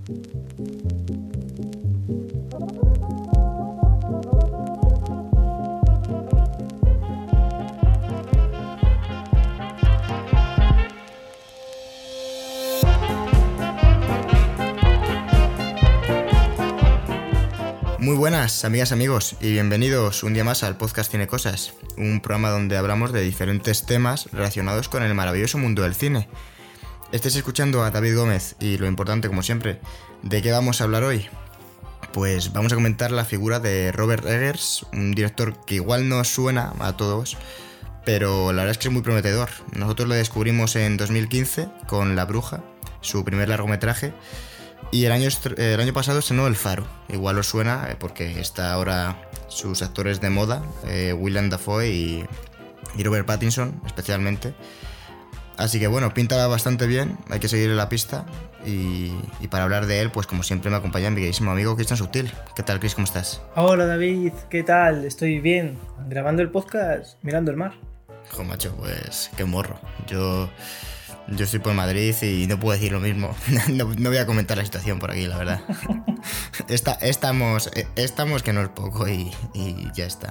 Muy buenas, amigas, amigos, y bienvenidos un día más al podcast Cine Cosas, un programa donde hablamos de diferentes temas relacionados con el maravilloso mundo del cine. Estáis escuchando a David Gómez y lo importante, como siempre, ¿de qué vamos a hablar hoy? Pues vamos a comentar la figura de Robert Eggers, un director que igual no suena a todos, pero la verdad es que es muy prometedor. Nosotros lo descubrimos en 2015 con La Bruja, su primer largometraje. Y el año pasado estrenó El Faro. Igual os suena porque está ahora sus actores de moda, Willem Dafoe y Robert Pattinson especialmente. Así que bueno, pinta bastante bien, hay que seguirle la pista. Y para hablar de él, pues como siempre me acompaña mi queridísimo amigo Cristian Sutil. ¿Qué tal, Chris? ¿Cómo estás? Hola David, ¿qué tal? Estoy bien, grabando el podcast, mirando el mar. Jo, macho, pues qué morro. Yo estoy por Madrid y no puedo decir lo mismo. No voy a comentar la situación por aquí, la verdad. Estamos que no es poco y ya está.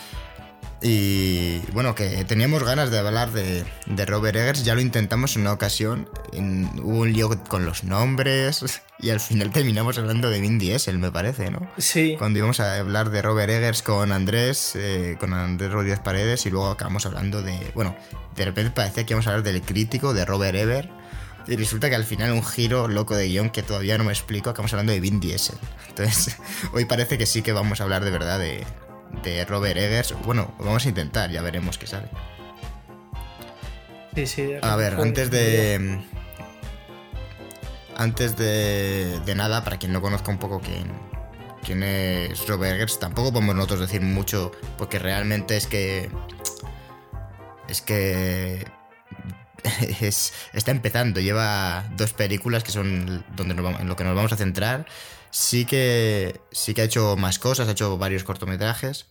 Y bueno, que teníamos ganas de hablar de Robert Eggers. Ya lo intentamos en una ocasión. Hubo un lío con los nombres y al final terminamos hablando de Vin Diesel, me parece, ¿no? Sí. Cuando íbamos a hablar de Robert Eggers con Andrés Rodríguez Paredes, y luego acabamos hablando de... Bueno, de repente parecía que íbamos a hablar del crítico de Robert Eggers. Y resulta que al final un giro loco de guión que todavía no me explico, acabamos hablando de Vin Diesel. Entonces, hoy parece que sí que vamos a hablar de verdad de Robert Eggers. Bueno, vamos a intentar, ya veremos qué sale. Sí. A ver, antes de nada, para quien no conozca un poco quién es Robert Eggers, tampoco podemos nosotros decir mucho, porque realmente está empezando. Lleva 2 películas que son en lo que nos vamos a centrar. Sí que ha hecho más cosas, ha hecho varios cortometrajes,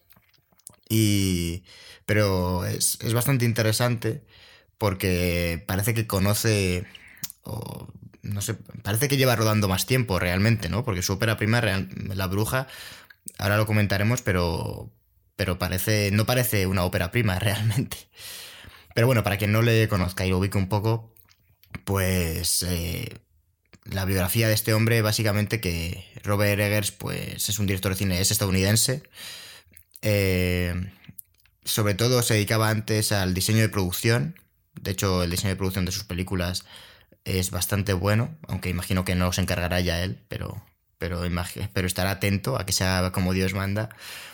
pero es bastante interesante porque parece que conoce, o no sé, parece que lleva rodando más tiempo realmente, ¿no? Porque su ópera prima, La Bruja, ahora lo comentaremos, pero no parece una ópera prima realmente. Pero bueno, para quien no le conozca y lo ubique un poco, pues la biografía de este hombre, básicamente, que Robert Eggers pues es un director de cine, es estadounidense. Sobre todo se dedicaba antes al diseño de producción. De hecho, el diseño de producción de sus películas es bastante bueno, aunque imagino que no se encargará ya él, pero estará atento a que sea como Dios manda.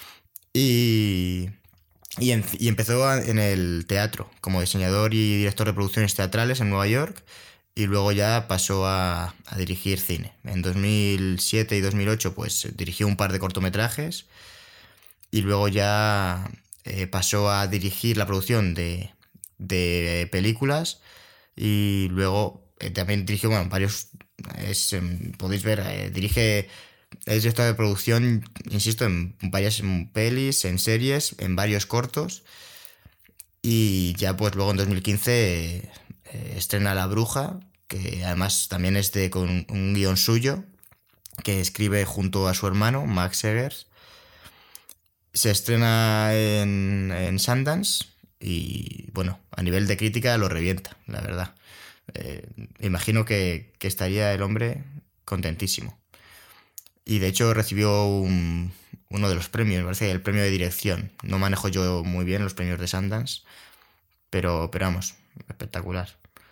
Y empezó en el teatro como diseñador y director de producciones teatrales en Nueva York, y luego ya pasó a dirigir cine. En 2007 y 2008 pues dirigió un par de cortometrajes, y luego ya pasó a dirigir la producción de películas, y luego también dirigió, bueno, varios... podéis ver, es director de producción, insisto, en varias pelis, en series, en varios cortos. Y ya pues luego en 2015 estrena La Bruja, que además también es con un guión suyo, que escribe junto a su hermano, Max Eggers. Se estrena en Sundance y bueno, a nivel de crítica lo revienta, la verdad. Imagino que estaría el hombre contentísimo. Y de hecho recibió uno de los premios, me parece, el premio de dirección. No manejo yo muy bien los premios de Sundance, pero vamos, espectacular.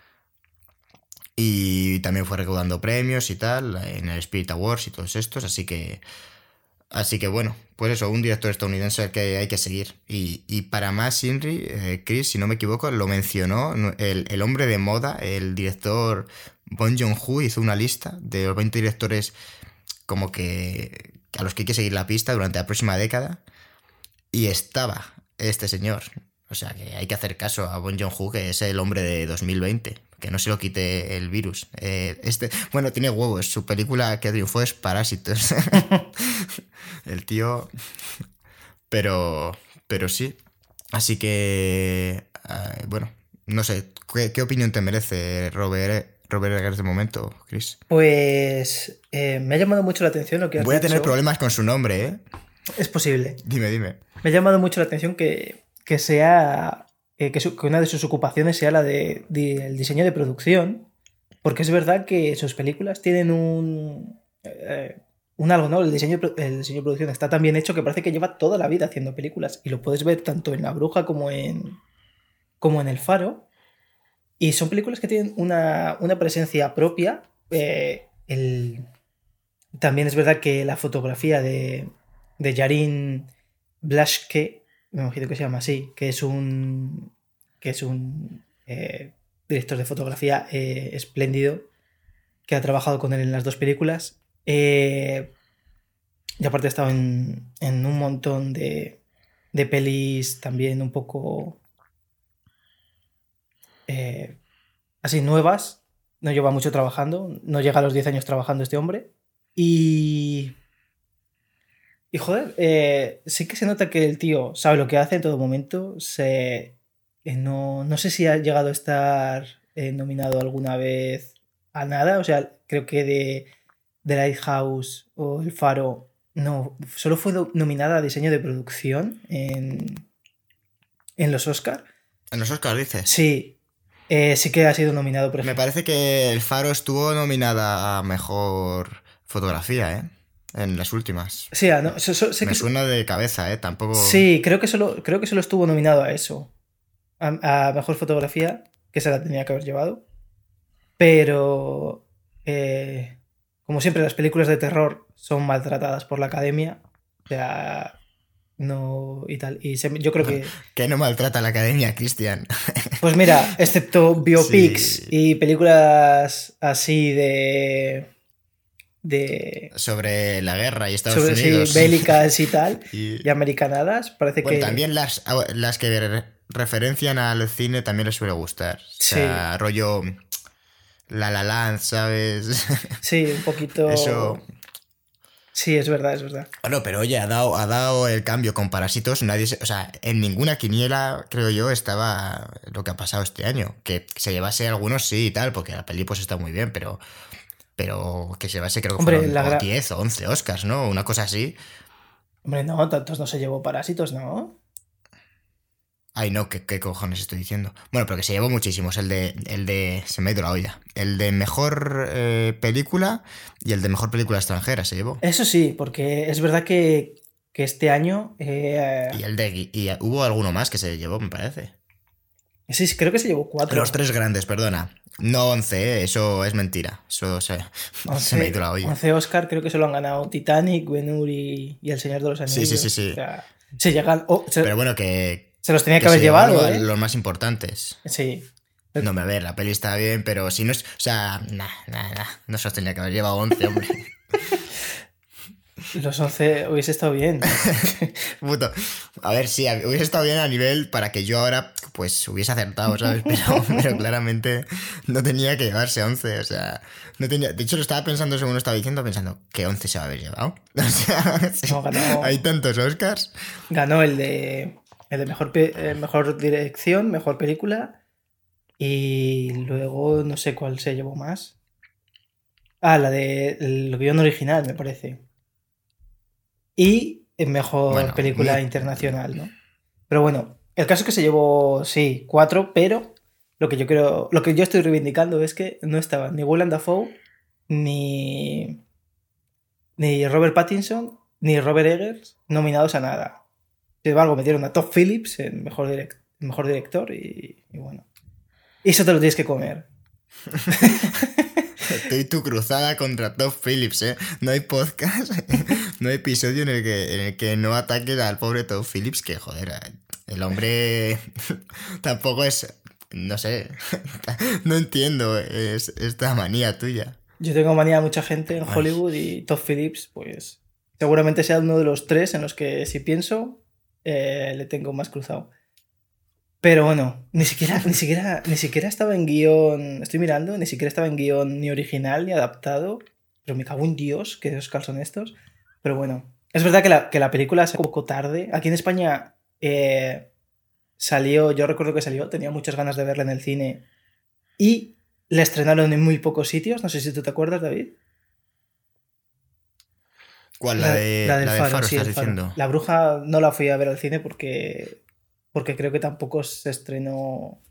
Y también fue recaudando premios y tal en el Spirit Awards y todos estos, así que bueno, pues eso, un director estadounidense al que hay que seguir. Y para más, Inri, Chris, si no me equivoco, lo mencionó el hombre de moda, el director Bong Joon-ho, hizo una lista de los 20 directores como que a los que hay que seguir la pista durante la próxima década, y estaba este señor. O sea que hay que hacer caso a Bong Joon-ho, que es el hombre de 2020, que no se lo quite el virus. Bueno, tiene huevos, su película que triunfó es Parásitos. El tío... Pero sí. Así que... bueno, no sé, ¿qué opinión te merece Robert Robert Eggers de momento, Chris? Pues me ha llamado mucho la atención lo que has Voy a tener dicho. problemas con su nombre, ¿eh? Es posible. Dime. Me ha llamado mucho la atención que sea que una de sus ocupaciones sea la el diseño de producción, porque es verdad que sus películas tienen un algo, ¿no? El diseño de producción está tan bien hecho que parece que lleva toda la vida haciendo películas y lo puedes ver tanto en La Bruja como en El Faro. Y son películas que tienen una presencia propia. También es verdad que la fotografía de Yarin Blaschke, me imagino que se llama así, que es un director de fotografía espléndido, que ha trabajado con él en las dos películas. Y aparte ha estado en un montón de pelis también un poco así nuevas. No lleva mucho trabajando, no llega a los 10 años trabajando este hombre. Y joder, sí que se nota que el tío sabe lo que hace en todo momento. No sé si ha llegado a estar nominado alguna vez a nada. O sea, creo que de Lighthouse o El Faro no, solo fue nominada a diseño de producción en los Oscar. ¿En los Oscars dices? Sí, sí que ha sido nominado, por Me ejemplo. parece que El Faro estuvo nominada a Mejor Fotografía, ¿eh? En las últimas. Sí, no, sé Me que suena de cabeza, ¿eh? Tampoco... sí, creo que solo estuvo nominado a eso. A mejor fotografía, que se la tenía que haber llevado. Pero como siempre, las películas de terror son maltratadas por la academia. O sea, no y tal. Y yo creo que, Que no maltrata a la academia, Cristian. pues mira, excepto biopics Sí. y películas así Sobre la guerra y Estados sobre sí, Unidos. bélicas y tal, Y... y americanadas, parece Bueno, que también las que referencian al cine también les suele gustar. O sí, sea, rollo La La Land, ¿sabes? sí, un Eso... poquito. Sí, es verdad, es verdad. Bueno, pero oye, ha dado el cambio con Parásitos. O sea, en ninguna quiniela, creo yo, estaba lo que ha pasado este año. Que se llevase algunos sí y tal, porque la peli pues está muy bien, pero que se llevase creo que Hombre, fueron o 10 o 11 Oscars, ¿no? Una cosa así. Hombre, no, tantos no se llevó Parásitos, ¿no? Ay, no, ¿qué cojones estoy diciendo? Bueno, pero que se llevó muchísimos. Se me ha ido la olla. El de mejor película y el de mejor película extranjera se llevó. Eso sí, porque es verdad que este año. Y hubo alguno más que se llevó, me parece. Sí, creo que se llevó 4. Los tres grandes, perdona. No 11, eso es mentira. Eso se me ha ido la olla. 11 Oscar, creo que se lo han ganado Titanic, Ben-Hur y El Señor de los Anillos. Sí. O sea, se llegan. Pero bueno, que se los tenía que se haber llevado, llevaron ¿eh? los más importantes. Sí. No, a ver, la peli está bien, pero si no es... O sea, no se los tenía que haber llevado 11, hombre. Los 11 hubiese estado bien. Puto. A ver, sí, hubiese estado bien a nivel para que yo ahora pues hubiese acertado, ¿sabes? Pero claramente no tenía que llevarse 11, o sea, no tenía... De hecho, lo estaba pensando según lo estaba diciendo, pensando, ¿qué 11 se va a haber llevado? O sea, sí, No, ganó. Hay tantos Oscars. Ganó el de mejor dirección, mejor película. Y luego no sé cuál se llevó más. Ah, la de el guión original, me parece. Y en mejor película internacional, ¿no? Pero bueno, el caso es que se llevó, sí, 4, pero lo que yo estoy reivindicando es que no estaban ni Willem Dafoe, ni Robert Pattinson, ni Robert Eggers nominados a nada. Sin embargo, metieron a Todd Phillips en mejor director y bueno. Y eso te lo tienes que comer. Estoy tu cruzada contra Todd Phillips, ¿eh? No hay podcast, no hay episodio en el que no ataques al pobre Todd Phillips, que joder, el hombre tampoco es, no sé, no entiendo esta manía tuya. Yo tengo manía a mucha gente en Hollywood y Todd Phillips, pues seguramente sea uno de los 3 en los que si pienso le tengo más cruzado. Pero bueno, ni siquiera estaba en guión. Estoy mirando, ni siquiera estaba en guión ni original ni adaptado. Pero me cago en Dios, que Oscars son estos. Pero bueno, es verdad que la película salió un poco tarde. Aquí en España salió, yo recuerdo que salió, tenía muchas ganas de verla en el cine. Y la estrenaron en muy pocos sitios. No sé si tú te acuerdas, David. ¿Cuál? La del La del Faro, Faro sí, estás el Faro. diciendo? La Bruja no la fui a ver al cine porque creo que tampoco se estrenó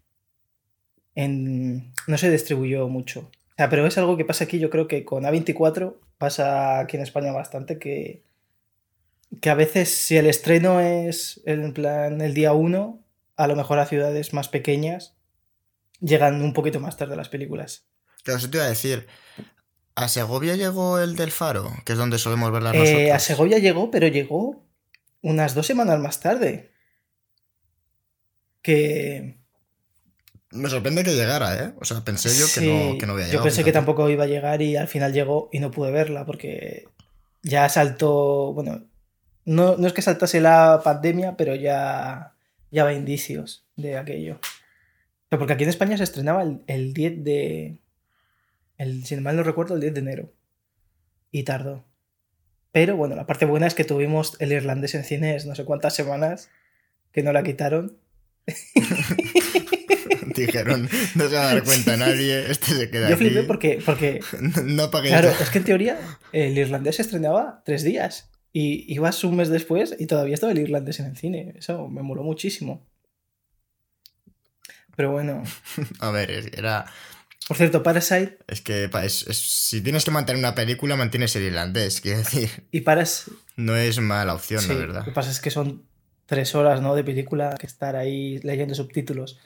no se distribuyó mucho. O sea, pero es algo que pasa aquí, yo creo que con A24 pasa aquí en España bastante, que a veces si el estreno es en plan el día 1, a lo mejor a ciudades más pequeñas llegan un poquito más tarde las películas. Claro, eso te iba a decir. ¿A Segovia llegó el del Faro? Que es donde solemos verlas A nosotros. Segovia llegó, pero llegó unas 2 semanas más tarde. Que Me sorprende que llegara, ¿eh? O sea, pensé yo que no sí, había yo llegado, pensé que fíjate. tampoco iba a llegar y al final llegó y no pude verla porque ya saltó, bueno, no es que saltase la pandemia, pero ya va indicios de aquello. Pero porque aquí en España se estrenaba el 10 si mal no recuerdo, el 10 de enero. Y tardó. Pero bueno, la parte buena es que tuvimos el irlandés en cines no sé cuántas semanas que no la quitaron. Dijeron, no se va a dar cuenta Sí. nadie, este se queda Yo flipé aquí. porque No paguéis claro, la... es que en teoría el irlandés se estrenaba 3 días. Y ibas un mes después y todavía estaba el irlandés en el cine. Eso me moló muchísimo. Pero bueno. A ver, era... Por cierto, Parasite. Es que si tienes que mantener una película, mantienes el irlandés, quiero decir. Y Paras. No es mala opción, la Sí, lo verdad. que pasa es que son 3 horas, ¿no? De película que estar ahí leyendo subtítulos.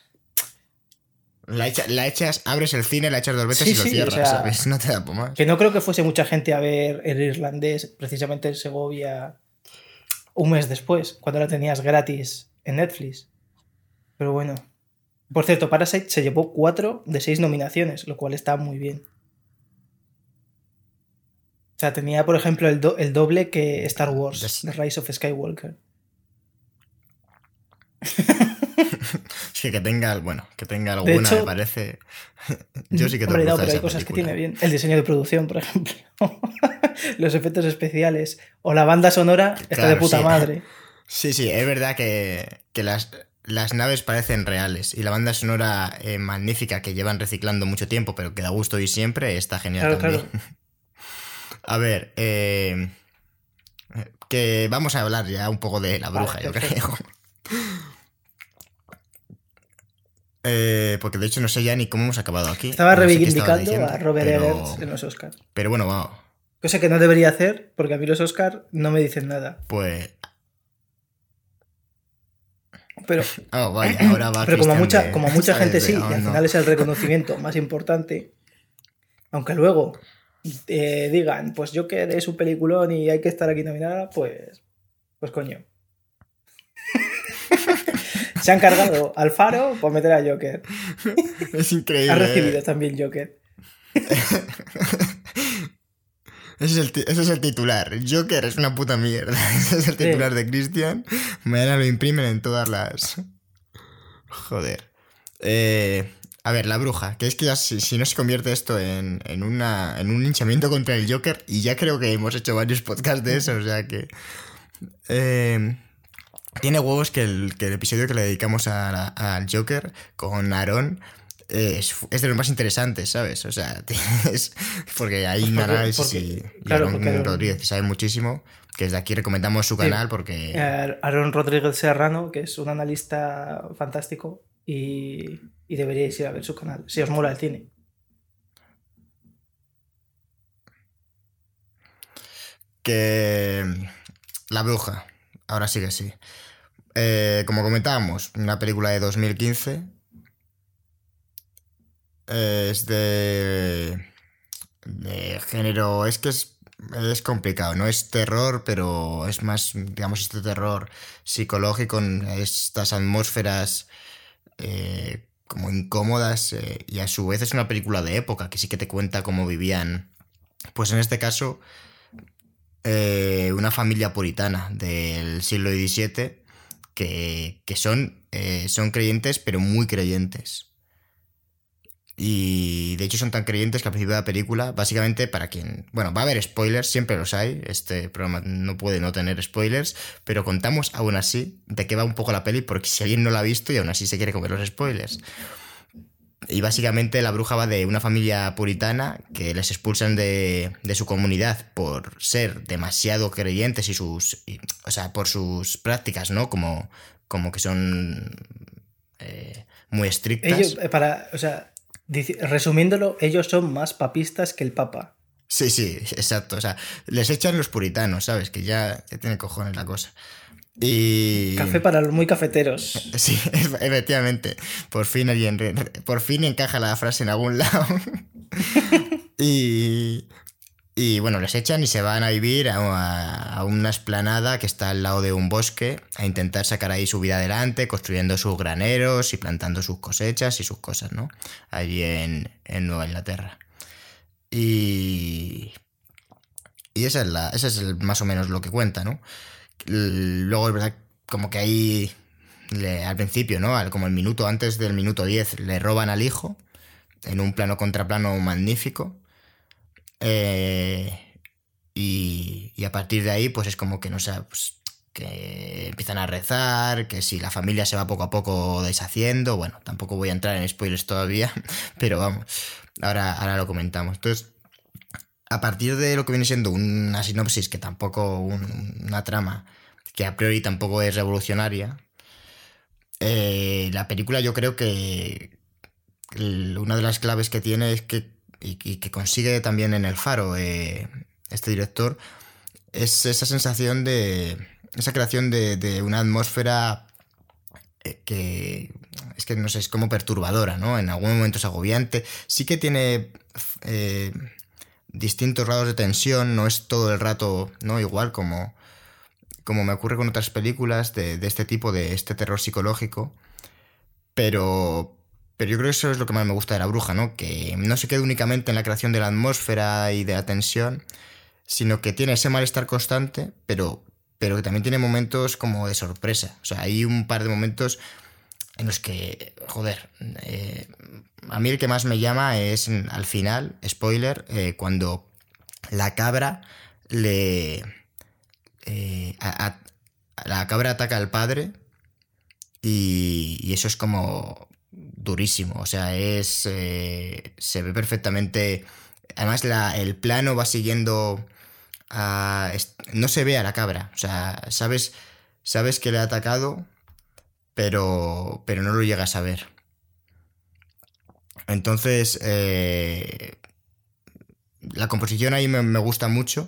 La echas, abres el cine, la echas dos veces Sí, y lo sí, o cierras, sea. ¿sabes? No te da por más. Que no creo que fuese mucha gente a ver el irlandés, precisamente en Segovia, un mes después, cuando la tenías gratis en Netflix. Pero bueno. Por cierto, Parasite se llevó 4 de 6 nominaciones, lo cual está muy bien. O sea, tenía, por ejemplo, el doble que Star Wars, The Rise of Skywalker. Es que tenga, bueno, que tenga De alguna, me hecho, parece. Yo sí que tengo hombre, que no, gustar pero hay esa cosas que película. tiene bien. El diseño de producción, por ejemplo. Los efectos especiales. O la banda sonora está de Claro, puta sí. madre. Sí, es verdad que las naves parecen reales y la banda sonora magnífica que llevan reciclando mucho tiempo, pero que da gusto y siempre, está genial Claro, también. claro. A ver, que vamos a hablar ya un poco de la Vale, bruja, yo perfecto. creo. Porque de hecho no sé ya ni cómo hemos acabado aquí. Estaba No sé qué estabas reivindicando a diciendo, Robert Eggers en los Oscars. pero bueno, vamos. Cosa que no debería hacer, porque a mí los Oscars no me dicen nada. Pues... Pero, Oh, vaya, ahora va pero como Cristian como mucha gente ¿sabes? sí, Oh, y al no. final es el reconocimiento más importante, aunque luego digan, pues Joker es un peliculón y hay que estar aquí nominada, pues coño. Se han cargado al Faro por meter a Joker. Es Ha increíble. recibido también Joker. Ese es el titular. Joker es una puta mierda. Ese es el titular de Christian. Mañana lo imprimen en todas las... Joder. A ver, la bruja. Que es que ya si no se convierte esto en un hinchamiento contra el Joker, y ya creo que hemos hecho varios podcasts de eso, o sea que... Tiene huevos que el episodio que le dedicamos al Joker con Aaron es de los más interesantes, ¿sabes? O sea, porque hay un análisis y claro, Aaron porque Rodríguez que sabe muchísimo, que desde aquí recomendamos su canal porque... Aaron Rodríguez Serrano, que es un analista fantástico, y deberíais ir a ver su canal, si os mola el cine. Que... La bruja. Ahora sí que sí. Como comentábamos, una película de 2015. Es de género. Es que es complicado. No es terror, pero es más, digamos, este terror psicológico en estas atmósferas como incómodas. Y a su vez es una película de época que sí que te cuenta cómo vivían. Pues en este caso, una familia puritana del siglo XVII que son creyentes, pero muy creyentes. Y de hecho son tan creyentes que al principio de la película, básicamente para quien... Bueno, va a haber spoilers, siempre los hay. Este programa no puede no tener spoilers, pero contamos aún así de qué va un poco la peli, porque si alguien no la ha visto y aún así se quiere comer los spoilers. Y básicamente la bruja va de una familia puritana que les expulsan de su comunidad por ser demasiado creyentes o sea, por sus prácticas, ¿no? Como que son muy Ellos, estrictas. o sea, resumiéndolo, ellos son más papistas que el Papa. Sí, sí, exacto. O sea, les echan los puritanos, ¿sabes? Que ya tiene cojones la cosa. Y... Café para los muy cafeteros. Sí, efectivamente. Por fin encaja la frase en algún lado. Y, y bueno, les echan y se van a vivir a una explanada que está al lado de un bosque a intentar sacar ahí su vida adelante, construyendo sus graneros y plantando sus cosechas y sus cosas, ¿no? Allí en Nueva Inglaterra. Y, y esa es más o menos lo que cuenta, ¿no? Luego es verdad como que ahí al principio, ¿no? Como el minuto antes del minuto 10 le roban al hijo en un plano contraplano magnífico. Eh, y a partir de ahí, pues es como que no sé, pues, que empiezan a rezar, que si la familia se va poco a poco deshaciendo, bueno, tampoco voy a entrar en spoilers todavía, pero vamos, ahora lo comentamos. Entonces, a partir de lo que viene siendo una sinopsis, que tampoco una trama, que a priori tampoco es revolucionaria, la película yo creo que una de las claves que tiene es y que consigue también en El Faro este director, es esa sensación esa creación de una atmósfera que es que no sé, es como perturbadora, ¿no? En algún momento es agobiante. Sí que tiene eh, distintos grados de tensión, no es todo el rato, ¿no? Igual como me ocurre con otras películas de este tipo, de este terror psicológico. Pero yo creo que eso es lo que más me gusta de La Bruja, ¿no? Que no se quede únicamente en la creación de la atmósfera y de la tensión, sino que tiene ese malestar constante, pero que también tiene momentos como de sorpresa. O sea, hay un par de momentos en los que, joder, a mí el que más me llama es al final, spoiler, cuando la cabra le... la cabra ataca al padre y eso es como durísimo. O sea, se ve perfectamente. Además, el plano va siguiendo. No se ve a la cabra. O sea, sabes que le ha atacado, pero no lo llegas a ver. Entonces, la composición ahí me gusta mucho.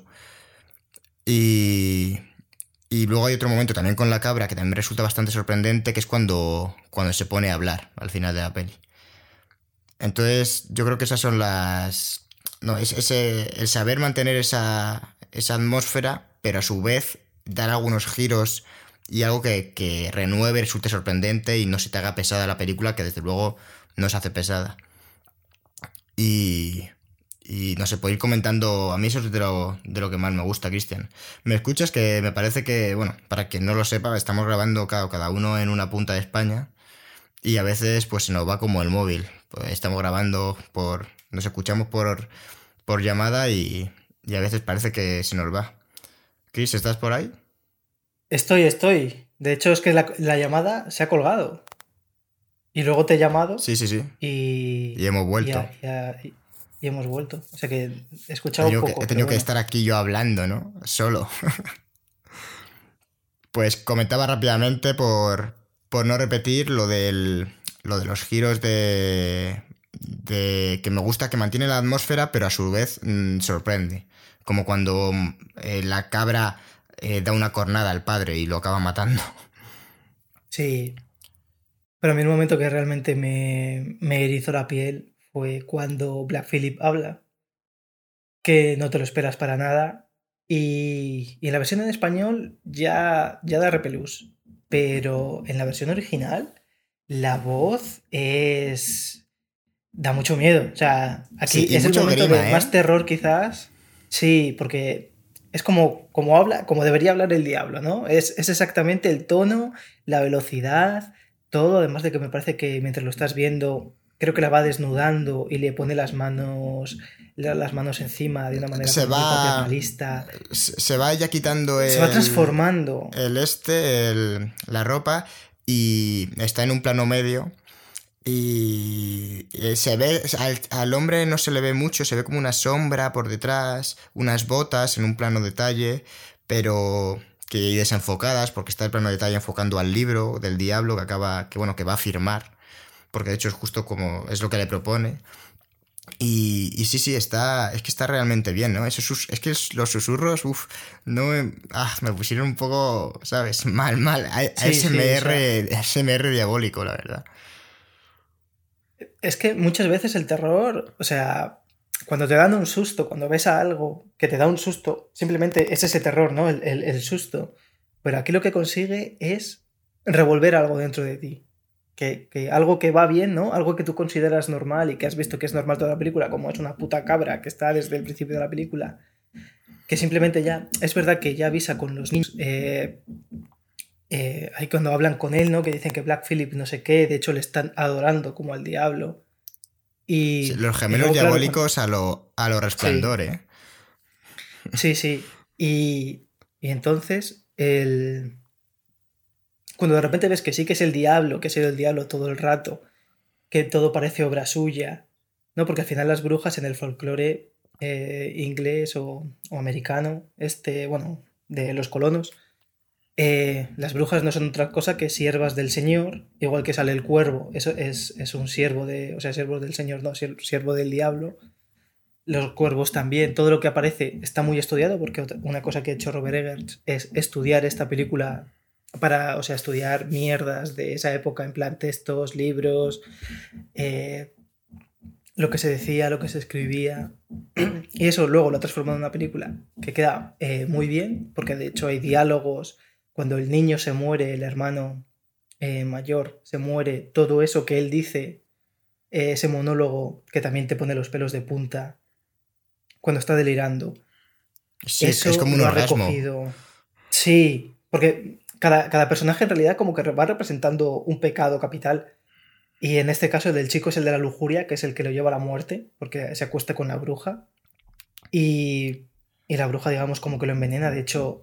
Y, y luego hay otro momento también con la cabra que también resulta bastante sorprendente, que es cuando se pone a hablar al final de la peli. Entonces, yo creo que esas son las... No, el saber mantener esa atmósfera, pero a su vez dar algunos giros y algo que renueve, resulte sorprendente y no se te haga pesada la película, que desde luego no se hace pesada. Y, y no sé, puedo ir comentando. A mí eso es de lo que más me gusta, Cristian. ¿Me escuchas? Que me parece que, bueno, para quien no lo sepa, estamos grabando cada uno en una punta de España y a veces pues se nos va como el móvil. Pues estamos grabando nos escuchamos por llamada y a veces parece que se nos va. Chris, ¿estás por ahí? Estoy. De hecho, es que la llamada se ha colgado. Y luego te he llamado Sí, sí, sí. y, Y hemos y, vuelto. ha- y ha- y hemos vuelto. O sea que he escuchado He poco, pero tenido que bueno. estar aquí yo hablando, ¿no? Solo. Pues comentaba rápidamente por no repetir lo de los giros de que me gusta, que mantiene la atmósfera, pero a su vez sorprende. Como cuando la cabra da una cornada al padre y lo acaba matando. Sí. Pero a mí el momento que realmente me erizó la piel fue cuando Black Phillip habla, que no te lo esperas para nada. Y en la versión en español ya da repelús. Pero en la versión original, la voz da mucho miedo. O sea, Sí, aquí y es el mucho momento de grima, más ¿eh? terror quizás. Sí, porque es como habla, como debería hablar el diablo, ¿no? Es exactamente el tono, la velocidad, todo, además de que me parece que mientras lo estás viendo, creo que la va desnudando y le pone las manos encima de una manera Se como muy va. paternalista. Se va ya quitando Se va transformando. la ropa y está en un plano medio Y se ve, al hombre no se le ve mucho, se ve como una sombra por detrás, unas botas en un plano detalle, pero que desenfocadas, porque está el plano detalle enfocando al libro del diablo que acaba, que bueno, que va a firmar, porque de hecho es justo como es lo que le propone. Y sí, sí, es que está realmente bien, ¿no? Es que los susurros, uff, no me pusieron un poco, ¿sabes? Mal. Sí, sí, o sea, ASMR diabólico, la verdad. es que muchas veces el terror, o sea, cuando te dan un susto, cuando ves a algo que te da un susto, simplemente es ese terror, ¿no? El susto. Pero aquí lo que consigue es revolver algo dentro de ti. Que algo que va bien, ¿no? Algo que tú consideras normal y que has visto que es normal toda la película, como es una puta cabra que está desde el principio de la película, que simplemente ya, es verdad que ya avisa con los niños, ahí cuando hablan con él, ¿no? Que dicen que Black Phillip no sé qué, de hecho le están adorando como al diablo. Sí, Y, los y gemelos luego, claro, cuando... diabólicos a lo Sí, resplandor, ¿eh? sí, sí. Y entonces, cuando de repente ves que sí que es el diablo, que ha sido el diablo todo el rato, que todo parece obra suya, ¿no? Porque al final las brujas en el folclore inglés o americano, bueno, de los colonos, las brujas no son otra cosa que siervas del Señor, igual que sale el cuervo, eso es un siervo o sea, siervo del Señor, no, siervo del diablo. Los cuervos también, todo lo que aparece está muy estudiado, porque una cosa que ha hecho Robert Eggers es estudiar esta película para, o sea, estudiar mierdas de esa época, en plan textos, libros, eh, lo que se decía, lo que se escribía. Y eso luego lo ha transformado en una película que queda muy bien, porque de hecho hay diálogos. Cuando el niño se muere, el hermano mayor se muere, todo eso que él dice, ese monólogo que también te pone los pelos de punta cuando está delirando, Sí, es eso como un lo ha orgasmo. recogido. Sí, porque cada personaje en realidad como que va representando un pecado capital. Y en este caso el del chico es el de la lujuria, que es el que lo lleva a la muerte, porque se acuesta con la bruja. Y, y la bruja, digamos, como que lo envenena. De hecho,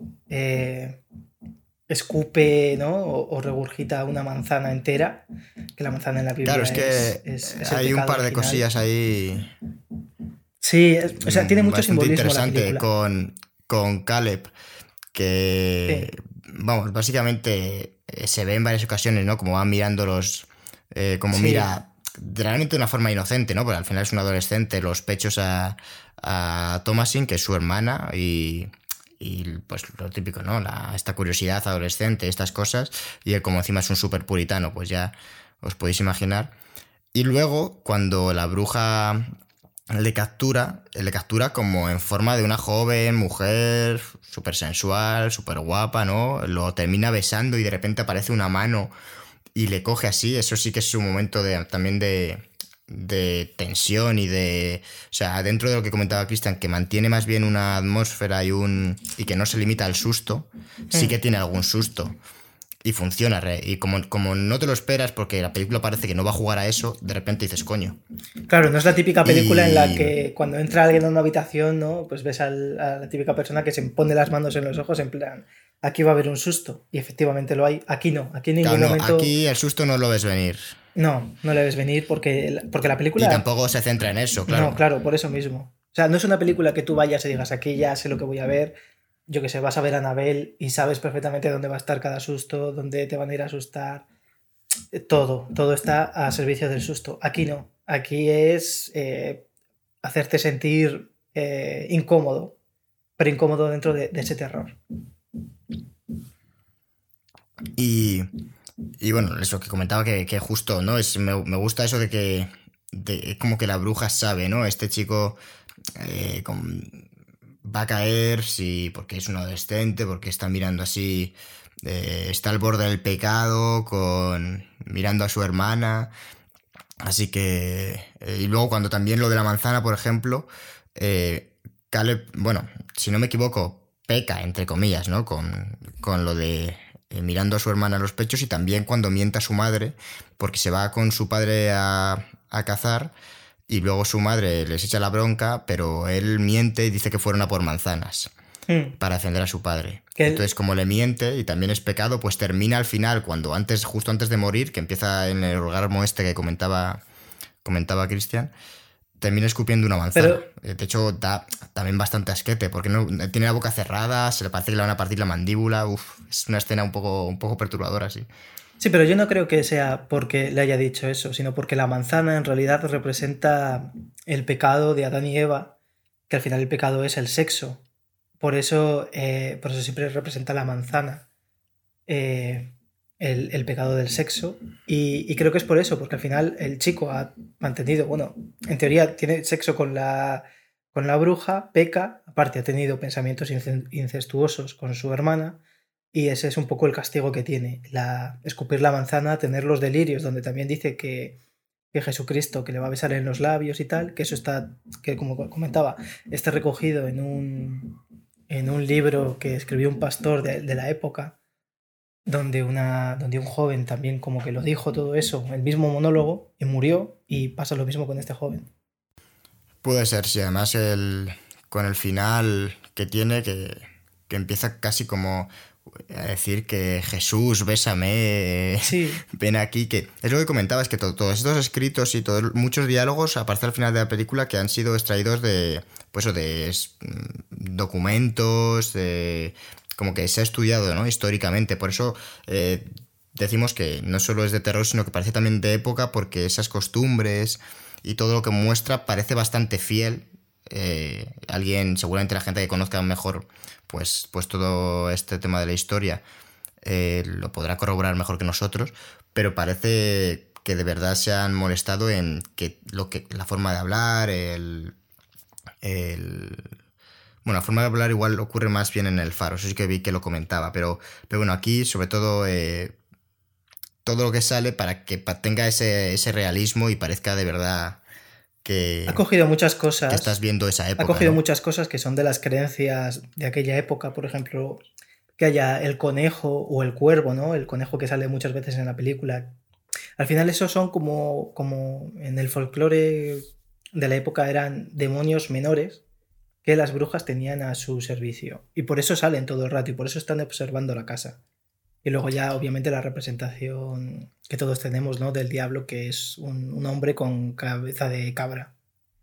escupe, ¿no? O regurgita una manzana entera, que la manzana en la Claro, Biblia es que es el hay un pecado par de original. cosillas ahí Sí, o sea, tiene mucho bastante simbolismo la interesante película. con Caleb, que, Sí, vamos, básicamente se ve en varias ocasiones, ¿no? Como va mirando como sí, mira, realmente de una forma inocente, ¿no? Porque al final es un adolescente, los pechos a Thomasin, que es su hermana, y pues lo típico, ¿no? Esta curiosidad adolescente, estas cosas, y él como encima es un súper puritano, pues ya os podéis imaginar. Y luego, cuando la bruja le captura como en forma de una joven mujer súper sensual, súper guapa, ¿no? Lo termina besando y de repente aparece una mano y le coge así. Eso sí que es un momento también de tensión y de... O sea, dentro de lo que comentaba Cristian, que mantiene más bien una atmósfera y que no se limita al susto, sí mm, que tiene algún susto. Y funciona, y como no te lo esperas, porque la película parece que no va a jugar a eso, de repente dices, coño. claro, no es la típica película en la Y que cuando entra alguien a una habitación, ¿no? Pues ves a la típica persona que se pone las manos en los ojos en plan, aquí va a haber un susto. Y efectivamente lo hay. Aquí no, aquí en claro, ningún no, momento, aquí el susto no lo ves venir. no le ves venir porque la Y película, tampoco se centra en eso, no, claro. claro, por eso mismo. O sea, no es una película que tú vayas y digas, aquí ya sé lo que voy a ver. Yo que sé, vas a ver a Anabel y sabes perfectamente dónde va a estar cada susto, dónde te van a ir a asustar. Todo está a servicio del susto. Aquí no. Aquí es hacerte sentir incómodo, pero incómodo dentro de ese terror. Y, y bueno, eso que comentaba que justo, ¿no? Me gusta eso de que como que la bruja sabe, ¿no? Este chico va a caer si, porque es un adolescente, porque está mirando así, está al borde del pecado, mirando a su hermana. Así que... y luego cuando también lo de la manzana, por ejemplo, Caleb, bueno, si no me equivoco, peca, entre comillas, ¿no? Con lo de mirando a su hermana a los pechos y también cuando mienta a su madre, porque se va con su padre a cazar y luego su madre les echa la bronca, pero él miente y dice que fueron a por manzanas. Mm. para defender a su padre. Que él- Entonces, como le miente y también es pecado, pues termina al final, cuando antes, justo antes de morir, que empieza en el orgasmo este que comentaba Cristian, termina escupiendo una Pero, manzana. De hecho, da también bastante asquete, porque no, tiene la boca cerrada, se le parece que le van a partir la mandíbula. Uf, es una escena un poco perturbadora, sí. sí, pero yo no creo que sea porque le haya dicho eso, sino porque la manzana en realidad representa el pecado de Adán y Eva, que al final el pecado es el sexo. Por eso siempre representa la manzana, eh, el pecado del sexo. Y creo que es por eso, porque al final el chico ha mantenido, bueno, en teoría tiene sexo con la bruja, peca, aparte ha tenido pensamientos incestuosos con su hermana, y ese es un poco el castigo que tiene, escupir la manzana, tener los delirios, donde también dice que Jesucristo, que le va a besar en los labios y tal, que eso está, que como comentaba, está recogido en un libro que escribió un pastor de la época, donde un joven también como que lo dijo todo eso, el mismo monólogo, y murió, y pasa lo mismo con este joven. Puede ser, sí. Además, con el final que tiene, que empieza casi como a decir que Jesús, bésame, Sí, ven aquí, que es lo que comentabas, que todos estos escritos y muchos diálogos, aparte al final de la película, que han sido extraídos de, pues, documentos, como que se ha estudiado, ¿no? Históricamente. Por eso decimos que no solo es de terror, sino que parece también de época, porque esas costumbres y todo lo que muestra parece bastante fiel. Alguien, seguramente la gente que conozca mejor pues todo este tema de la historia lo podrá corroborar mejor que nosotros, pero parece que de verdad se han molestado en que la forma de hablar, bueno, la forma de hablar igual ocurre más bien en El Faro, eso sí que vi que lo comentaba, pero bueno, aquí sobre todo todo lo que sale para que tenga ese realismo y parezca de verdad ha que, cogido muchas que estás cosas, viendo esa ha época, cogido ¿no? muchas cosas que son de las creencias de aquella época, por ejemplo, que haya el conejo o el cuervo, ¿no? El conejo que sale muchas veces en la película. Al final esos son como en el folclore de la época eran demonios menores que las brujas tenían a su servicio. Y por eso salen todo el rato y por eso están observando la casa. Y luego ya obviamente la representación que todos tenemos, ¿no? Del diablo, que es un hombre con cabeza de cabra.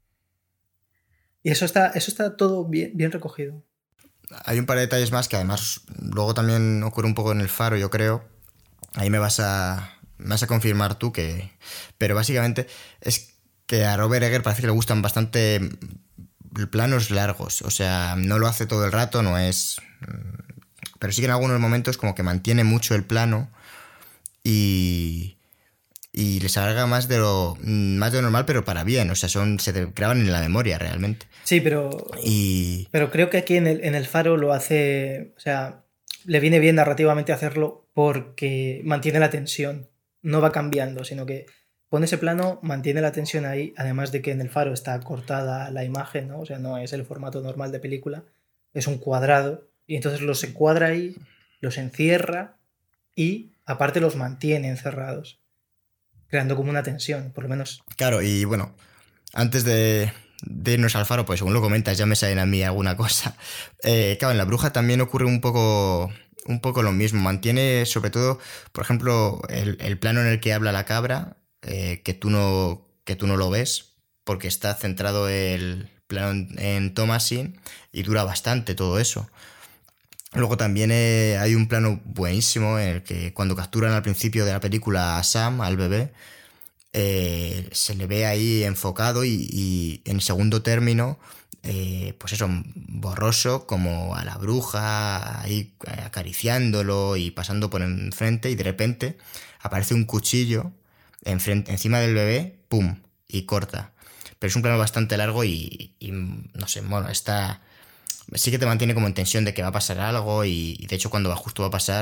Y eso está todo bien, bien recogido. Hay un par de detalles más que además luego también ocurre un poco en El Faro, yo creo. Ahí me vas a confirmar tú que... Pero básicamente es que a Robert Egger parece que le gustan bastante planos largos. O sea, no lo hace todo el rato, no es... Pero sí que en algunos momentos como que mantiene mucho el plano y... Y les alarga más de lo normal, pero para bien. O sea, se te graban en la memoria realmente. Sí, Y... pero creo que aquí en el Faro lo hace, o sea, le viene bien narrativamente hacerlo porque mantiene la tensión, no va cambiando, sino que pone ese plano, mantiene la tensión ahí, además de que en el Faro está cortada la imagen, ¿no? O sea, no es el formato normal de película, es un cuadrado, y entonces los encuadra ahí, los encierra y aparte los mantiene encerrados, creando como una tensión, por lo menos. Claro, y bueno, antes de irnos al Faro, pues según lo comentas, ya me salen a mí alguna cosa. Claro, en La Bruja también ocurre un poco lo mismo. Mantiene, sobre todo, por ejemplo, el plano en el que habla la cabra, que tú no lo ves, porque está centrado el plano en Thomasin y dura bastante todo eso. Luego también hay un plano buenísimo en el que cuando capturan al principio de la película a Sam, al bebé, se le ve ahí enfocado y en segundo término, pues eso, borroso, como a la bruja, ahí acariciándolo y pasando por enfrente y de repente aparece un cuchillo encima del bebé, ¡pum! Y corta. Pero es un plano bastante largo y no sé, bueno, está... Sí que te mantiene como en tensión de que va a pasar algo y de hecho cuando justo va a pasar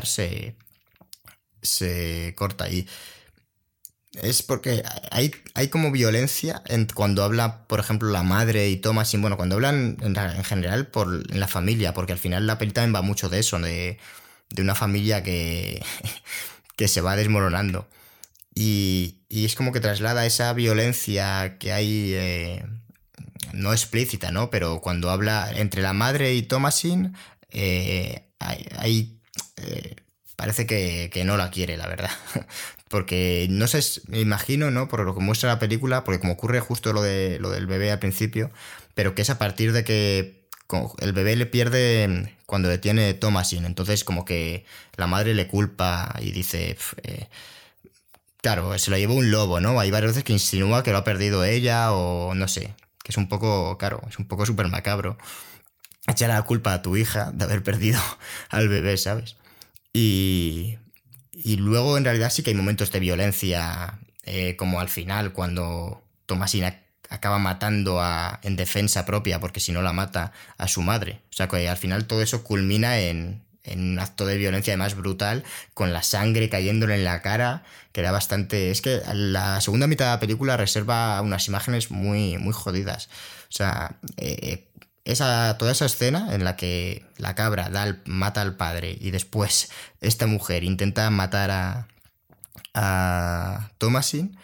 se corta y es porque hay como violencia cuando habla, por ejemplo, la madre y Thomas, y bueno, cuando hablan en general en la familia, porque al final la peli también va mucho de eso, de una familia que se va desmoronando. Y es como que traslada esa violencia que hay no explícita, ¿no? Pero cuando habla entre la madre y Thomasin, parece que no la quiere, la verdad. Porque no sé, me imagino, ¿no? Por lo que muestra la película, porque como ocurre justo lo del bebé al principio, pero que es a partir de que el bebé le pierde cuando le tiene Thomasin. Entonces como que la madre le culpa y dice... claro, se lo llevó un lobo, ¿no? Hay varias veces que insinúa que lo ha perdido ella o no sé. Que es un poco, claro, es un poco súper macabro. Echar la culpa a tu hija de haber perdido al bebé, ¿sabes? Y luego en realidad sí que hay momentos de violencia, como al final cuando Thomasina acaba matando en defensa propia, porque si no la mata a su madre. O sea que al final todo eso culmina en un acto de violencia además brutal, con la sangre cayéndole en la cara, que era bastante... Es que la segunda mitad de la película reserva unas imágenes muy, muy jodidas. O sea, toda esa escena en la que la cabra mata al padre y después esta mujer intenta matar a Thomasin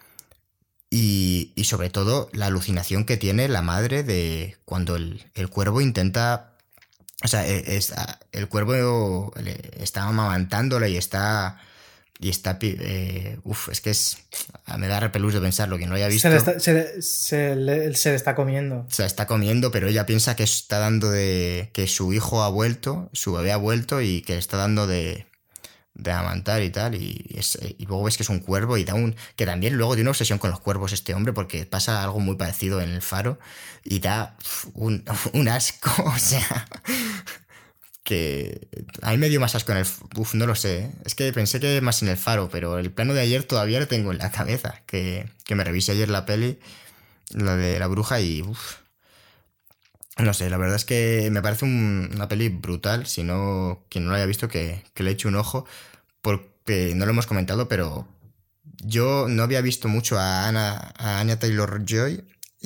y sobre todo la alucinación que tiene la madre de cuando el cuervo intenta... O sea, el cuervo está amamantándola y está... es que me da repelús de pensarlo, quien no lo haya visto. Se le está comiendo. Se la está comiendo, pero ella piensa que está dando que su hijo ha vuelto, su bebé ha vuelto y que le está dando de amamantar y tal. Y luego ves que es un cuervo y que también luego tiene una obsesión con los cuervos este hombre, porque pasa algo muy parecido en El Faro y da un asco, o sea... que a mí me dio más asco en no lo sé, ¿eh? Es que pensé que más en El Faro, pero el plano de ayer todavía lo tengo en la cabeza, que me revisé ayer la peli, la de la bruja y no sé, la verdad es que me parece una peli brutal. Si no, quien no la haya visto que le eche un ojo, porque no lo hemos comentado, pero yo no había visto mucho a Anya Taylor-Joy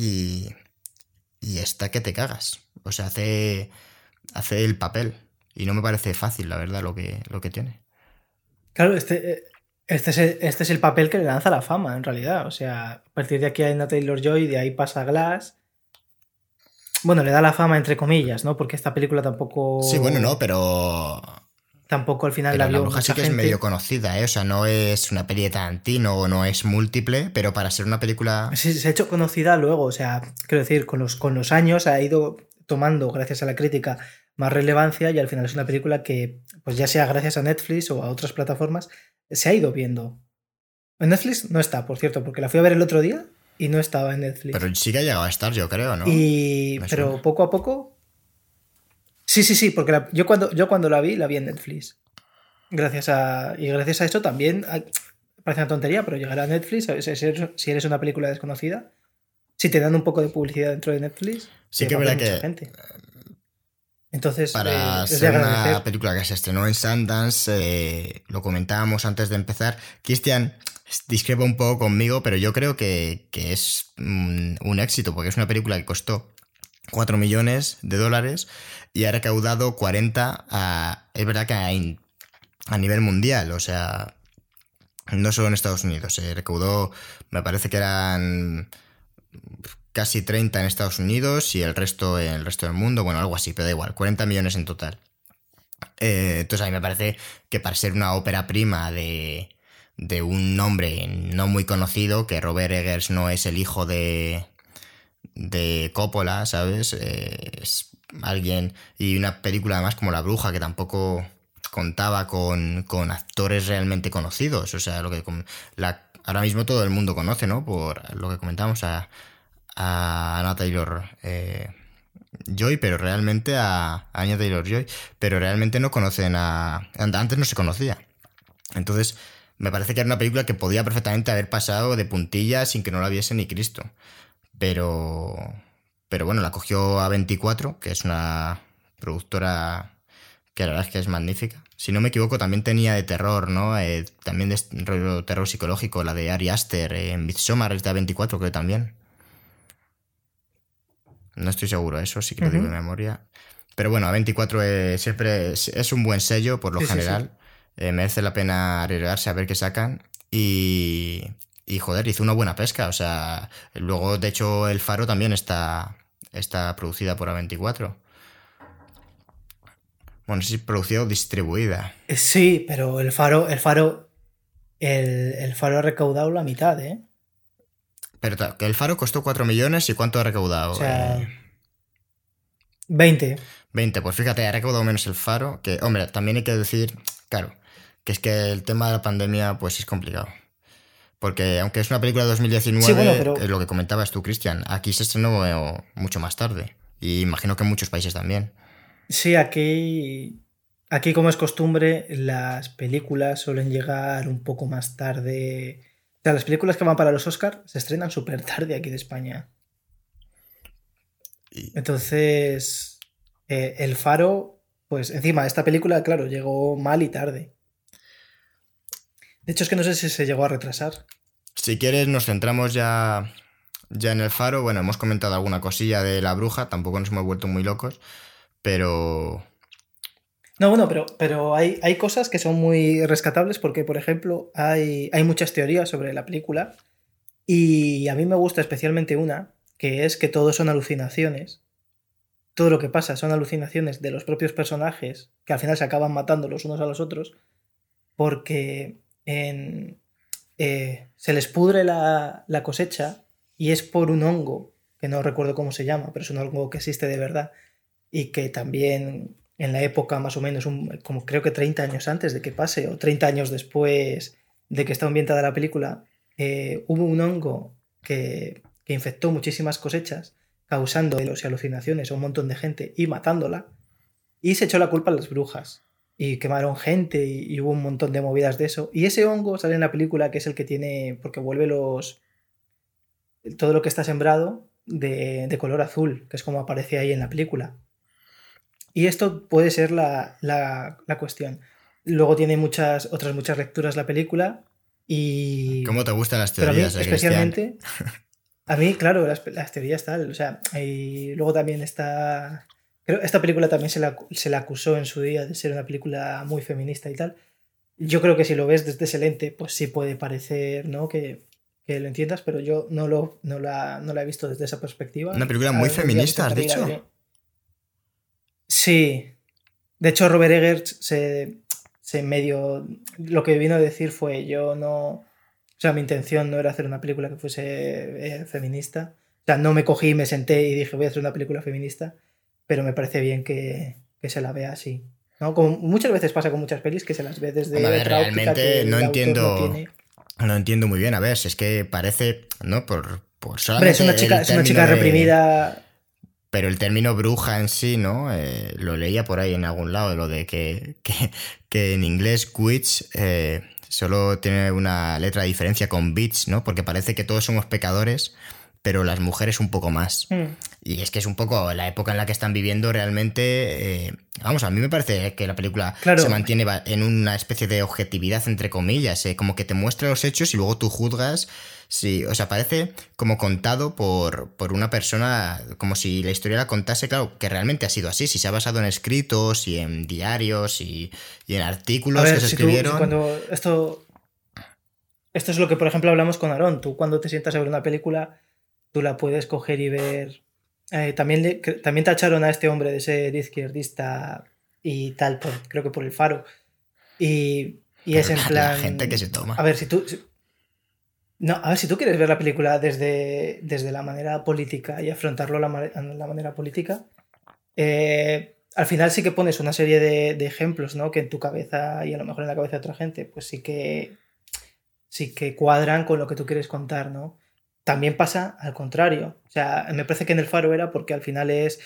y está que te cagas, o sea, hace el papel. Y no me parece fácil, la verdad, lo que tiene. Claro, este es el papel que le lanza la fama, en realidad. O sea, a partir de aquí hay una Taylor-Joy y de ahí pasa a Glass. Bueno, le da la fama entre comillas, ¿no? Porque esta película tampoco... Sí, bueno, no, pero... Tampoco al final pero la vio La Bruja sí que gente. es medio conocida, ¿eh? O sea, no es una peli de Tarantino o no es múltiple, pero para ser una película... Sí, se ha hecho conocida luego, o sea, quiero decir, con los años ha ido tomando, gracias a la crítica, más relevancia y al final es una película que, pues ya sea gracias a Netflix o a otras plataformas, se ha ido viendo. En Netflix no está, por cierto, porque la fui a ver el otro día y no estaba en Netflix. Pero sí que ha llegado a estar, yo creo, ¿no? Pero poco a poco... Sí, porque yo cuando la vi en Netflix. Gracias a eso también... Parece una tontería, pero llegar a Netflix, si eres una película desconocida, si te dan un poco de publicidad dentro de Netflix, sí que es verdad mucha que gente. Entonces, para es de ser agradecer. una película que se estrenó en Sundance, lo comentábamos antes de empezar, Christian discrepa un poco conmigo, pero yo creo que es un éxito, porque es una película que costó 4 millones de dólares y ha recaudado 40 es verdad que a nivel mundial, o sea, no solo en Estados Unidos, se recaudó, me parece que eran casi 30 en Estados Unidos y el resto en el resto del mundo, bueno, algo así, pero da igual, 40 millones en total. Entonces a mí me parece que para ser una ópera prima de un nombre no muy conocido, que Robert Eggers no es el hijo de Coppola, ¿sabes? Es alguien... Y una película además como La Bruja, que tampoco contaba con actores realmente conocidos. O sea, ahora mismo todo el mundo conoce, ¿no? Por lo que comentamos a Anya Taylor-Joy, pero realmente a Anya Taylor-Joy, pero realmente no conocen antes no se conocía. Entonces, me parece que era una película que podía perfectamente haber pasado de puntillas sin que no la viese ni Cristo. Pero bueno, la cogió A24, que es una productora que la verdad es que es magnífica. Si no me equivoco, también tenía de terror, ¿no? También de terror psicológico, la de Ari Aster en Midsommar es de A24, creo también. No estoy seguro, eso sí que lo digo de memoria. Pero bueno, A24 siempre es un buen sello, por lo general. Sí. Merece la pena arriesgarse a ver qué sacan. Y y joder, hizo una buena pesca. O sea, luego, de hecho, El Faro también está producida por A24. Bueno, sí, producida o distribuida. Sí, pero el Faro ha recaudado la mitad, ¿eh? Pero que El Faro costó 4 millones y ¿cuánto ha O recaudado? sea, 20. 20. Pues fíjate, ha recaudado menos El Faro, que, hombre, también hay que decir, claro, que es que el tema de la pandemia, pues es complicado. Porque aunque es una película de Sí, bueno, 2019, pero lo que comentabas tú, Cristian, aquí se estrenó mucho más tarde. Y imagino que en muchos países también. sí, aquí como es costumbre, las películas suelen llegar un poco más tarde. O sea, las películas que van para los Oscars se estrenan súper tarde aquí de España. Y, Entonces, El Faro, pues encima, esta película, claro, llegó mal y tarde. De hecho, es que no sé si se llegó a retrasar. si quieres, nos centramos ya en El Faro. Bueno, hemos comentado alguna cosilla de La Bruja, tampoco nos hemos vuelto muy locos, pero... No, bueno, pero hay cosas que son muy rescatables porque, por ejemplo, hay muchas teorías sobre la película y a mí me gusta especialmente una, que es que todo son alucinaciones. Todo lo que pasa son alucinaciones de los propios personajes que al final se acaban matando los unos a los otros porque se les pudre la cosecha y es por un hongo, que no recuerdo cómo se llama, pero es un hongo que existe de verdad y que también en la época más o menos, como creo que 30 años antes de que pase o 30 años después de que está ambientada la película, hubo un hongo que infectó muchísimas cosechas, causando celos y alucinaciones a un montón de gente y matándola, y se echó la culpa a las brujas. Y quemaron gente y hubo un montón de movidas de eso. Y ese hongo sale en la película que es el que tiene, porque vuelve todo lo que está sembrado de color azul, que es como aparece ahí en la película. Y esto puede ser la cuestión. Luego tiene otras muchas lecturas la película. ¿Cómo te gustan las Pero a mí teorías, Cristian? especialmente, a mí, claro, las teorías tal. O sea, y luego también está... Creo esta película también se la acusó en su día de ser una película muy feminista y tal. Yo creo que si lo ves desde ese lente, pues sí puede parecer, ¿no? Que lo entiendas, pero yo no la he visto desde esa perspectiva Una y película muy algún día me feminista, has sentaré y la dicho. veré. Sí, de hecho Robert Eggers se medio... Lo que vino a decir fue yo no... O sea, mi intención no era hacer una película que fuese feminista. O sea, no me cogí y me senté y dije voy a hacer una película feminista, pero me parece bien que se la vea así. ¿No? Como muchas veces pasa con muchas pelis que se las ve Hombre, a desde ver, otra óptica que realmente no el autor no entiendo. tiene. No entiendo muy bien. A ver, si es que parece, ¿no? Por Hombre, es una solamente chica, el es una término chica de. reprimida. Pero el término bruja en sí, ¿no? Lo leía por ahí en algún lado, lo de que en inglés witch solo tiene una letra de diferencia con bitch, ¿no? Porque parece que todos somos pecadores, pero las mujeres un poco más. Hmm. Y es que es un poco la época en la que están viviendo realmente. Vamos, a mí me parece que la película se Claro, mantiene en una especie de objetividad, entre comillas, como que te muestra los hechos y luego tú juzgas. Sí, o sea, parece como contado por una persona, como si la historia la contase, claro, que realmente ha sido así, si se ha basado en escritos y en diarios y en a artículos que ver, se si escribieron. cuando esto es lo que, por ejemplo, hablamos con Aarón. Tú cuando te sientas a ver una película, tú la puedes coger y ver. También tacharon a este hombre de ser izquierdista y tal, creo que por el Faro. Y Pero es en la gente que plan. se A toma. ver, no, a ver, si tú quieres ver la película desde la manera política y afrontarlo la manera política, al final sí que pones una serie de ejemplos, ¿no? Que en tu cabeza y a lo mejor en la cabeza de otra gente, pues sí que cuadran con lo que tú quieres contar, ¿no? También pasa al contrario. O sea, me parece que en El Faro era porque al final es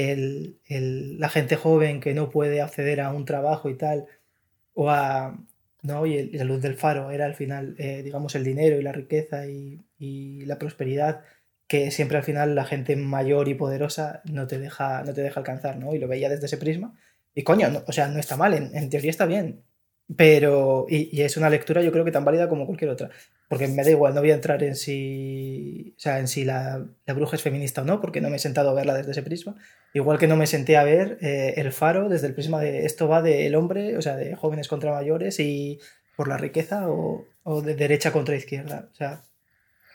la gente joven que no puede acceder a un trabajo y tal, o a... ¿no? Y la luz del faro era al final, digamos, el dinero y la riqueza y la prosperidad que siempre al final la gente mayor y poderosa no te deja alcanzar, ¿no? Y lo veía desde ese prisma. Y coño, o sea, no está mal, en teoría está bien. Pero, y es una lectura yo creo que tan válida como cualquier otra. Porque me da igual, no voy a entrar en si, o sea, en si la bruja es feminista o no, porque no me he sentado a verla desde ese prisma. Igual que no me senté a ver El Faro desde el prisma de esto va del hombre, o sea, de jóvenes contra mayores y por la riqueza o de derecha contra izquierda. O sea,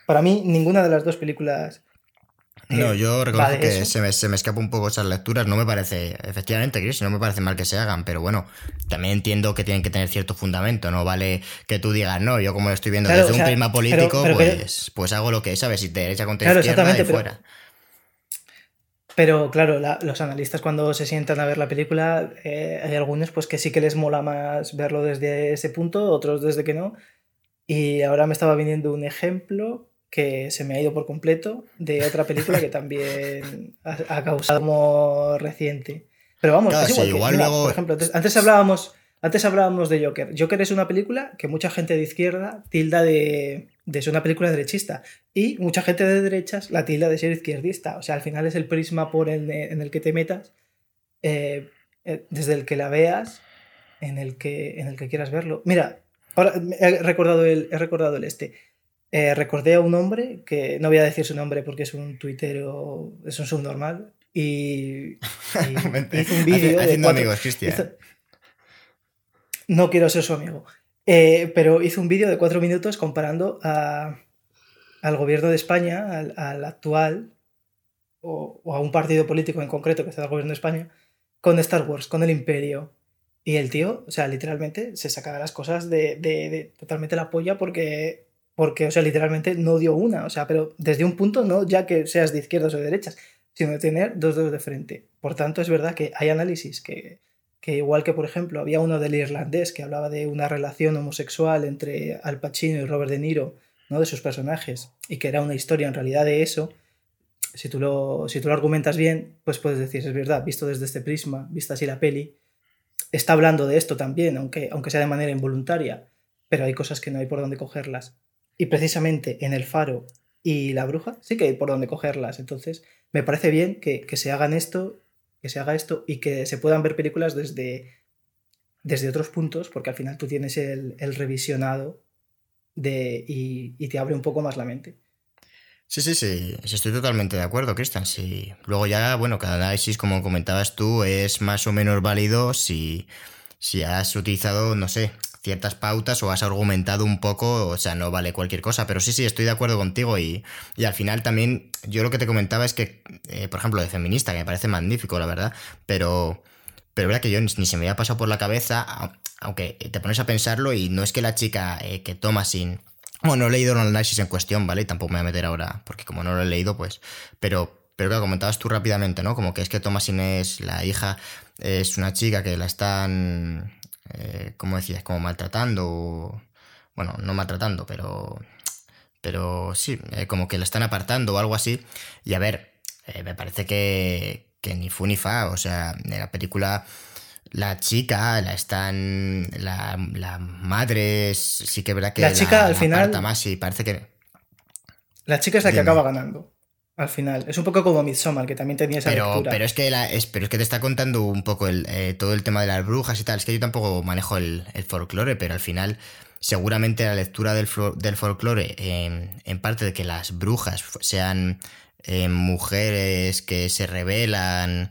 Para mí, ninguna de las dos películas No, yo va reconozco de que eso. se me escapa un poco esas lecturas. No me parece, efectivamente, Chris, no me parece mal que se hagan, pero bueno, también entiendo que tienen que tener cierto fundamento. No vale que tú digas, no, yo como lo estoy viendo Claro, desde o un sea, prisma político, pero pues hago lo que sabes, si te derecha contra claro, izquierda exactamente, y fuera. pero claro, los analistas cuando se sientan a ver la película, hay algunos pues que sí que les mola más verlo desde ese punto, otros desde que no. Y ahora me estaba viniendo un ejemplo que se me ha ido por completo de otra película que también ha causado como reciente. Pero vamos, Claro, es sí, igual que, igual mira, por luego. ejemplo, antes hablábamos de Joker. Joker es una película que mucha gente de izquierda tilda de ser una película derechista. Y mucha gente de derechas la tilda de ser izquierdista. O sea, al final es el prisma en el que te metas, eh, desde el que la veas, en el que quieras verlo. Mira, ahora he recordado el. Recordé a un hombre que no voy a decir su nombre porque es un tuitero, es un subnormal, y hizo un vídeo de Haciendo cuatro. amigos, hizo- Cristian. no quiero ser su amigo, pero hizo un vídeo de 4 minutos comparando al gobierno de España, al actual, o a un partido político en concreto que está al gobierno de España, con Star Wars, con el Imperio. Y el tío, o sea, literalmente se sacaba las cosas de totalmente la polla porque, o sea, literalmente no dio una. O sea, pero desde un punto no ya que seas de izquierdas o de derechas, sino de tener dos dedos de frente. Por tanto, es verdad que hay análisis que igual que, por ejemplo, había uno del irlandés que hablaba de una relación homosexual entre Al Pacino y Robert De Niro, ¿no? De sus personajes, y que era una historia en realidad de eso. Si tú lo argumentas bien, pues puedes decir, es verdad, visto desde este prisma, vista así la peli, está hablando de esto también, aunque sea de manera involuntaria, pero hay cosas que no hay por dónde cogerlas. Y precisamente en El Faro y La Bruja sí que hay por dónde cogerlas. Entonces, me parece bien que se hagan esto, que se haga esto y que se puedan ver películas desde otros puntos, porque al final tú tienes el revisionado y te abre un poco más la mente. Sí, sí, sí, sí, estoy totalmente de acuerdo, Cristian. Sí. Luego ya, bueno, cada análisis, como comentabas tú, es más o menos válido si has utilizado, no sé, ciertas pautas o has argumentado un poco, o sea, no vale cualquier cosa, pero sí, sí, estoy de acuerdo contigo y al final también yo lo que te comentaba es que, por ejemplo, de feminista, que me parece magnífico, la verdad, pero era que yo ni se me había pasado por la cabeza, aunque te pones a pensarlo y no es que la chica que toma sin... Bueno, no he leído el análisis en cuestión, ¿vale? Y tampoco me voy a meter ahora, porque como no lo he leído, pues... Pero claro, comentabas tú rápidamente, ¿no? Como que es que Thomasin es la hija, es una chica que la están... ¿cómo decías? Como maltratando. Bueno, no maltratando, pero sí, como que la están apartando o algo así. Y a ver, me parece que ni fu ni fa. O sea, en la película la chica, la madre, sí que es verdad La que chica al la aparta final, más y parece que... la chica es la que acaba Dime. ganando. Al final. Es un poco como Midsommar, que también tenía esa Pero lectura. es que te está contando un poco todo el tema de las brujas y tal. Es que yo tampoco manejo el folclore, pero al final, seguramente la lectura del folclore, en parte de que las brujas sean mujeres que se rebelan,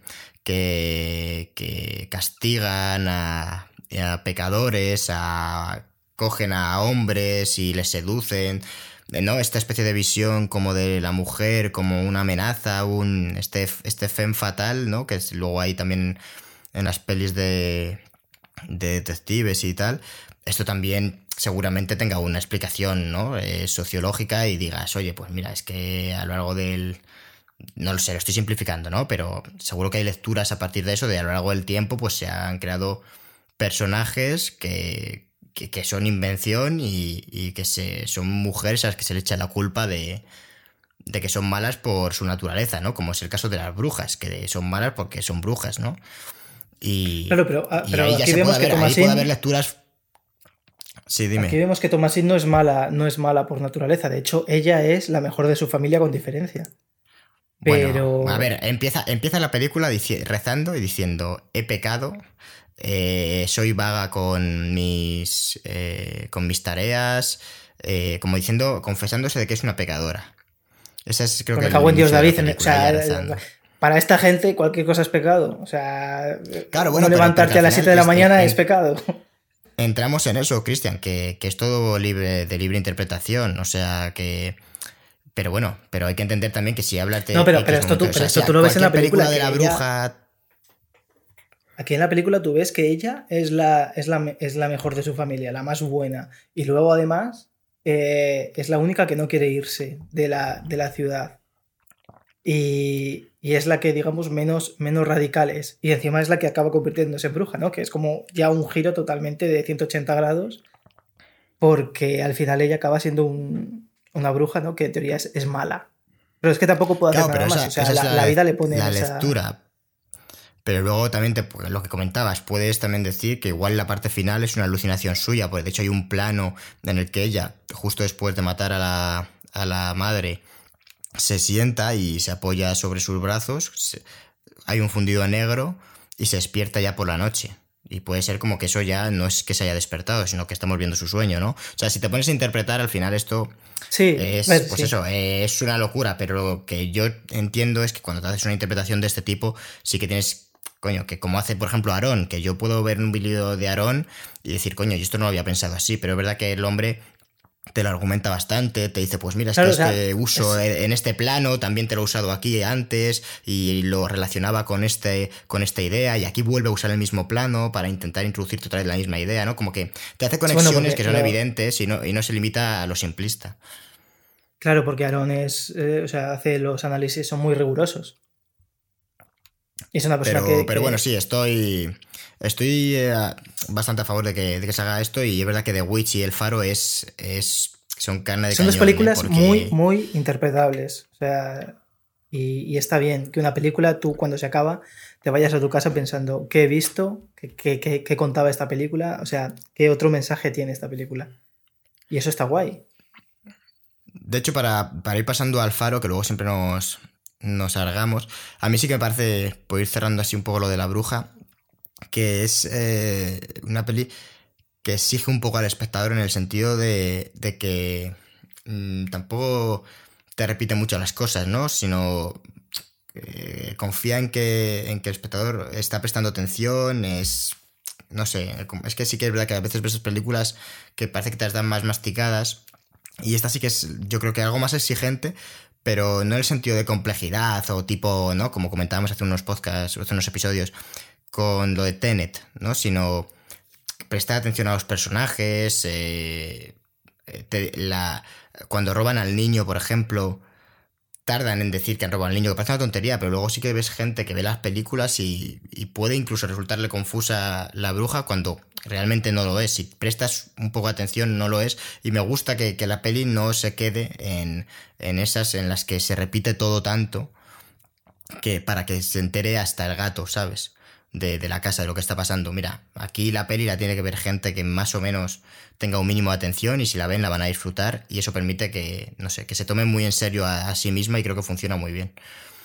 que castigan a pecadores, cogen a hombres y les seducen. ¿No? Esta especie de visión como de la mujer, como una amenaza, este femme fatal, ¿no? Luego hay también en las pelis de detectives y tal. Esto también seguramente tenga una explicación, ¿no? Sociológica y digas, oye, pues mira, es que a lo largo del... No lo sé, lo estoy simplificando, ¿no? Pero seguro que hay lecturas a partir de eso, de a lo largo del tiempo, pues se han creado personajes que son invención y que son mujeres a las que se le echa la culpa de que son malas por su naturaleza, ¿no? Como es el caso de las brujas, que son malas porque son brujas, ¿no? Claro, Y, y pero ahí ya aquí se puede vemos que ver, ahí puede haber Thomasin, lecturas... Sí, aquí dime. vemos que Thomasin no es mala por naturaleza. De hecho, ella es la mejor de su familia con diferencia. Bueno, a Pero ver, empieza la película rezando y diciendo, he pecado, soy vaga con mis tareas, como diciendo, confesándose de que es una pecadora. Ese es creo pues que me el cago en Dios, inicio de la David. O película, ella sea, rezando. para esta gente cualquier cosa es pecado. O sea, Claro, no bueno, pero que levantarte al a las final 7 de la mañana es pecado. entramos en eso, Cristian, que es todo libre de libre interpretación. O sea, que Pero bueno, pero hay que entender también que si hablas de No, pero X esto tú, momento, o pero sea, esto si tú lo ves en la cualquier película película de que la ella, bruja. aquí en la película tú ves que ella es la mejor de su familia, la más buena. Y luego además es la única que no quiere irse de la ciudad. Y es la que, digamos, menos radical es. Y encima es la que acaba convirtiéndose en bruja, ¿no? Que es como ya un giro totalmente de 180 grados, porque al final ella acaba siendo una bruja, ¿no? Que en teoría es mala. Pero es que tampoco puede hacer Claro, nada pero más. O sea, esa es la vida le pone en la esa. lectura. Pero luego también pues, lo que comentabas, puedes también decir que igual la parte final es una alucinación suya, pues de hecho hay un plano en el que ella, justo después de matar a la madre, se sienta y se apoya sobre sus brazos, hay un fundido a negro y se despierta ya por la noche. Y puede ser como que eso ya no es que se haya despertado, sino que estamos viendo su sueño, ¿no? O sea, si te pones a interpretar, al final esto Sí, a ver, pues sí. eso, es una locura, pero lo que yo entiendo es que cuando te haces una interpretación de este tipo, sí que tienes, coño, que como hace, por ejemplo, Aarón, que yo puedo ver un vídeo de Aarón y decir, coño, yo esto no lo había pensado así, pero es verdad que el hombre te lo argumenta bastante, te dice, pues mira, es que Claro, o sea, este uso en este plano también te lo he usado aquí antes y lo relacionaba con esta idea y aquí vuelve a usar el mismo plano para intentar introducirte otra vez la misma idea, ¿no? Como que te hace bueno, conexiones porque que son evidentes y no se limita a lo simplista. claro, porque Aaron o sea, hace los análisis, son muy rigurosos. Y es una persona Pero bueno, sí, estoy bastante a favor de que se haga esto y es verdad que The Witch y El Faro son carne de son dos cañón, ¿eh? películas muy, Porque muy interpretables. O sea, y está bien que una película, tú cuando se acaba, te vayas a tu casa pensando qué he visto, qué contaba esta película, o sea, qué otro mensaje tiene esta película. Y eso está guay. de hecho, para ir pasando al Faro, que luego siempre nos alargamos, a mí sí que me parece, por ir cerrando así un poco lo de la bruja, que es una peli que exige un poco al espectador en el sentido de que tampoco te repite mucho las cosas, ¿no? Sino confía en que el espectador está prestando atención, no sé, es que sí que es verdad que a veces ves películas que parece que te las dan más masticadas y esta sí que es, yo creo que algo más exigente, pero no en el sentido de complejidad o tipo, ¿no? Como comentábamos hace unos podcasts, hace unos episodios, con lo de Tenet, ¿no? Sino prestar atención a los personajes, cuando roban al niño, por ejemplo, tardan en decir que han robado al niño, que parece una tontería, pero luego sí que ves gente que ve las películas y puede incluso resultarle confusa la bruja cuando realmente no lo es. Si prestas un poco de atención, no lo es. Y me gusta que la peli no se quede en esas en las que se repite todo tanto que para que se entere hasta el gato, ¿sabes? De la casa, de lo que está pasando. Mira, aquí la peli la tiene que ver gente que más o menos tenga un mínimo de atención y si la ven la van a disfrutar y eso permite que, no sé, que se tome muy en serio a sí misma y creo que funciona muy bien.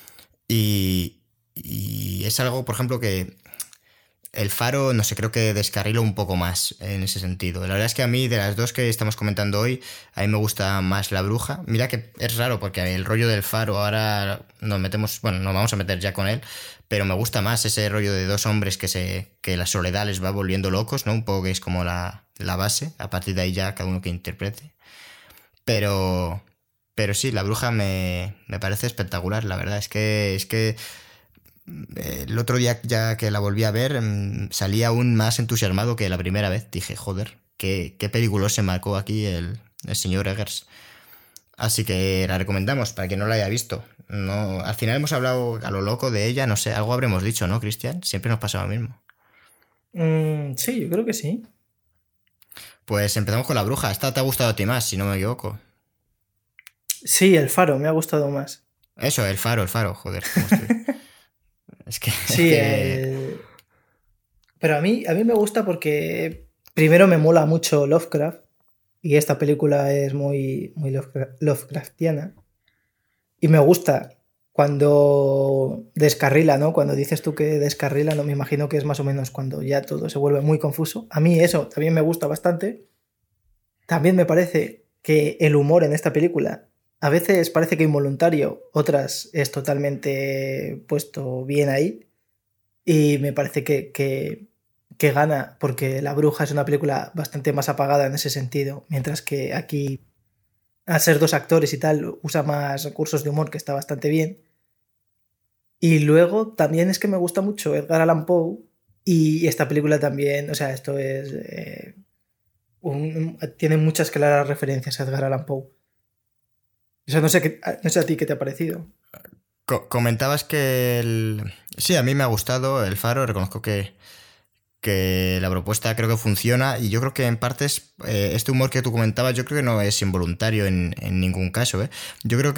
Y es algo, por ejemplo, que el Faro, no sé, creo que descarrila un poco más en ese sentido. La verdad es que a mí, de las dos que estamos comentando hoy, a mí me gusta más La Bruja. Mira que es raro porque el rollo del Faro ahora nos metemos, bueno, nos vamos a meter ya con él, pero me gusta más ese rollo de dos hombres que la soledad les va volviendo locos, ¿no? Un poco que es como la base, a partir de ahí ya cada uno que interprete. Pero, pero sí, La Bruja me parece espectacular, la verdad. Es que el otro día ya que la volví a ver, salí aún más entusiasmado que la primera vez. Dije, joder, qué película se marcó aquí el señor Eggers. Así que la recomendamos para quien no la haya visto. No, al final hemos hablado a lo loco de ella, no sé, algo habremos dicho, ¿no, Cristian? Siempre nos pasa lo mismo. Sí, yo creo que sí. Pues empezamos con La Bruja. Esta te ha gustado a ti más, si no me equivoco. Sí, El Faro me ha gustado más. Eso, el faro, joder, cómo estoy. Es Sí, que pero a mí me gusta porque primero me mola mucho Lovecraft y esta película es muy, muy Lovecraftiana. Y me gusta cuando descarrila, ¿no? Cuando dices tú que descarrila, no me imagino que es más o menos cuando ya todo se vuelve muy confuso. A mí eso también me gusta bastante. También me parece que el humor en esta película a veces parece que involuntario, otras es totalmente puesto bien ahí. Y me parece que gana porque La Bruja es una película bastante más apagada en ese sentido, mientras que aquí al ser dos actores y tal, usa más recursos de humor, que está bastante bien. Y luego también es que me gusta mucho Edgar Allan Poe y esta película también, o sea, esto es... tiene muchas claras referencias a Edgar Allan Poe. O sea, no sé a ti qué te ha parecido. Comentabas que Sí, a mí me ha gustado El Faro, reconozco que la propuesta creo que funciona y yo creo que en partes este humor que tú comentabas yo creo que no es involuntario en ningún caso, ¿eh? Yo creo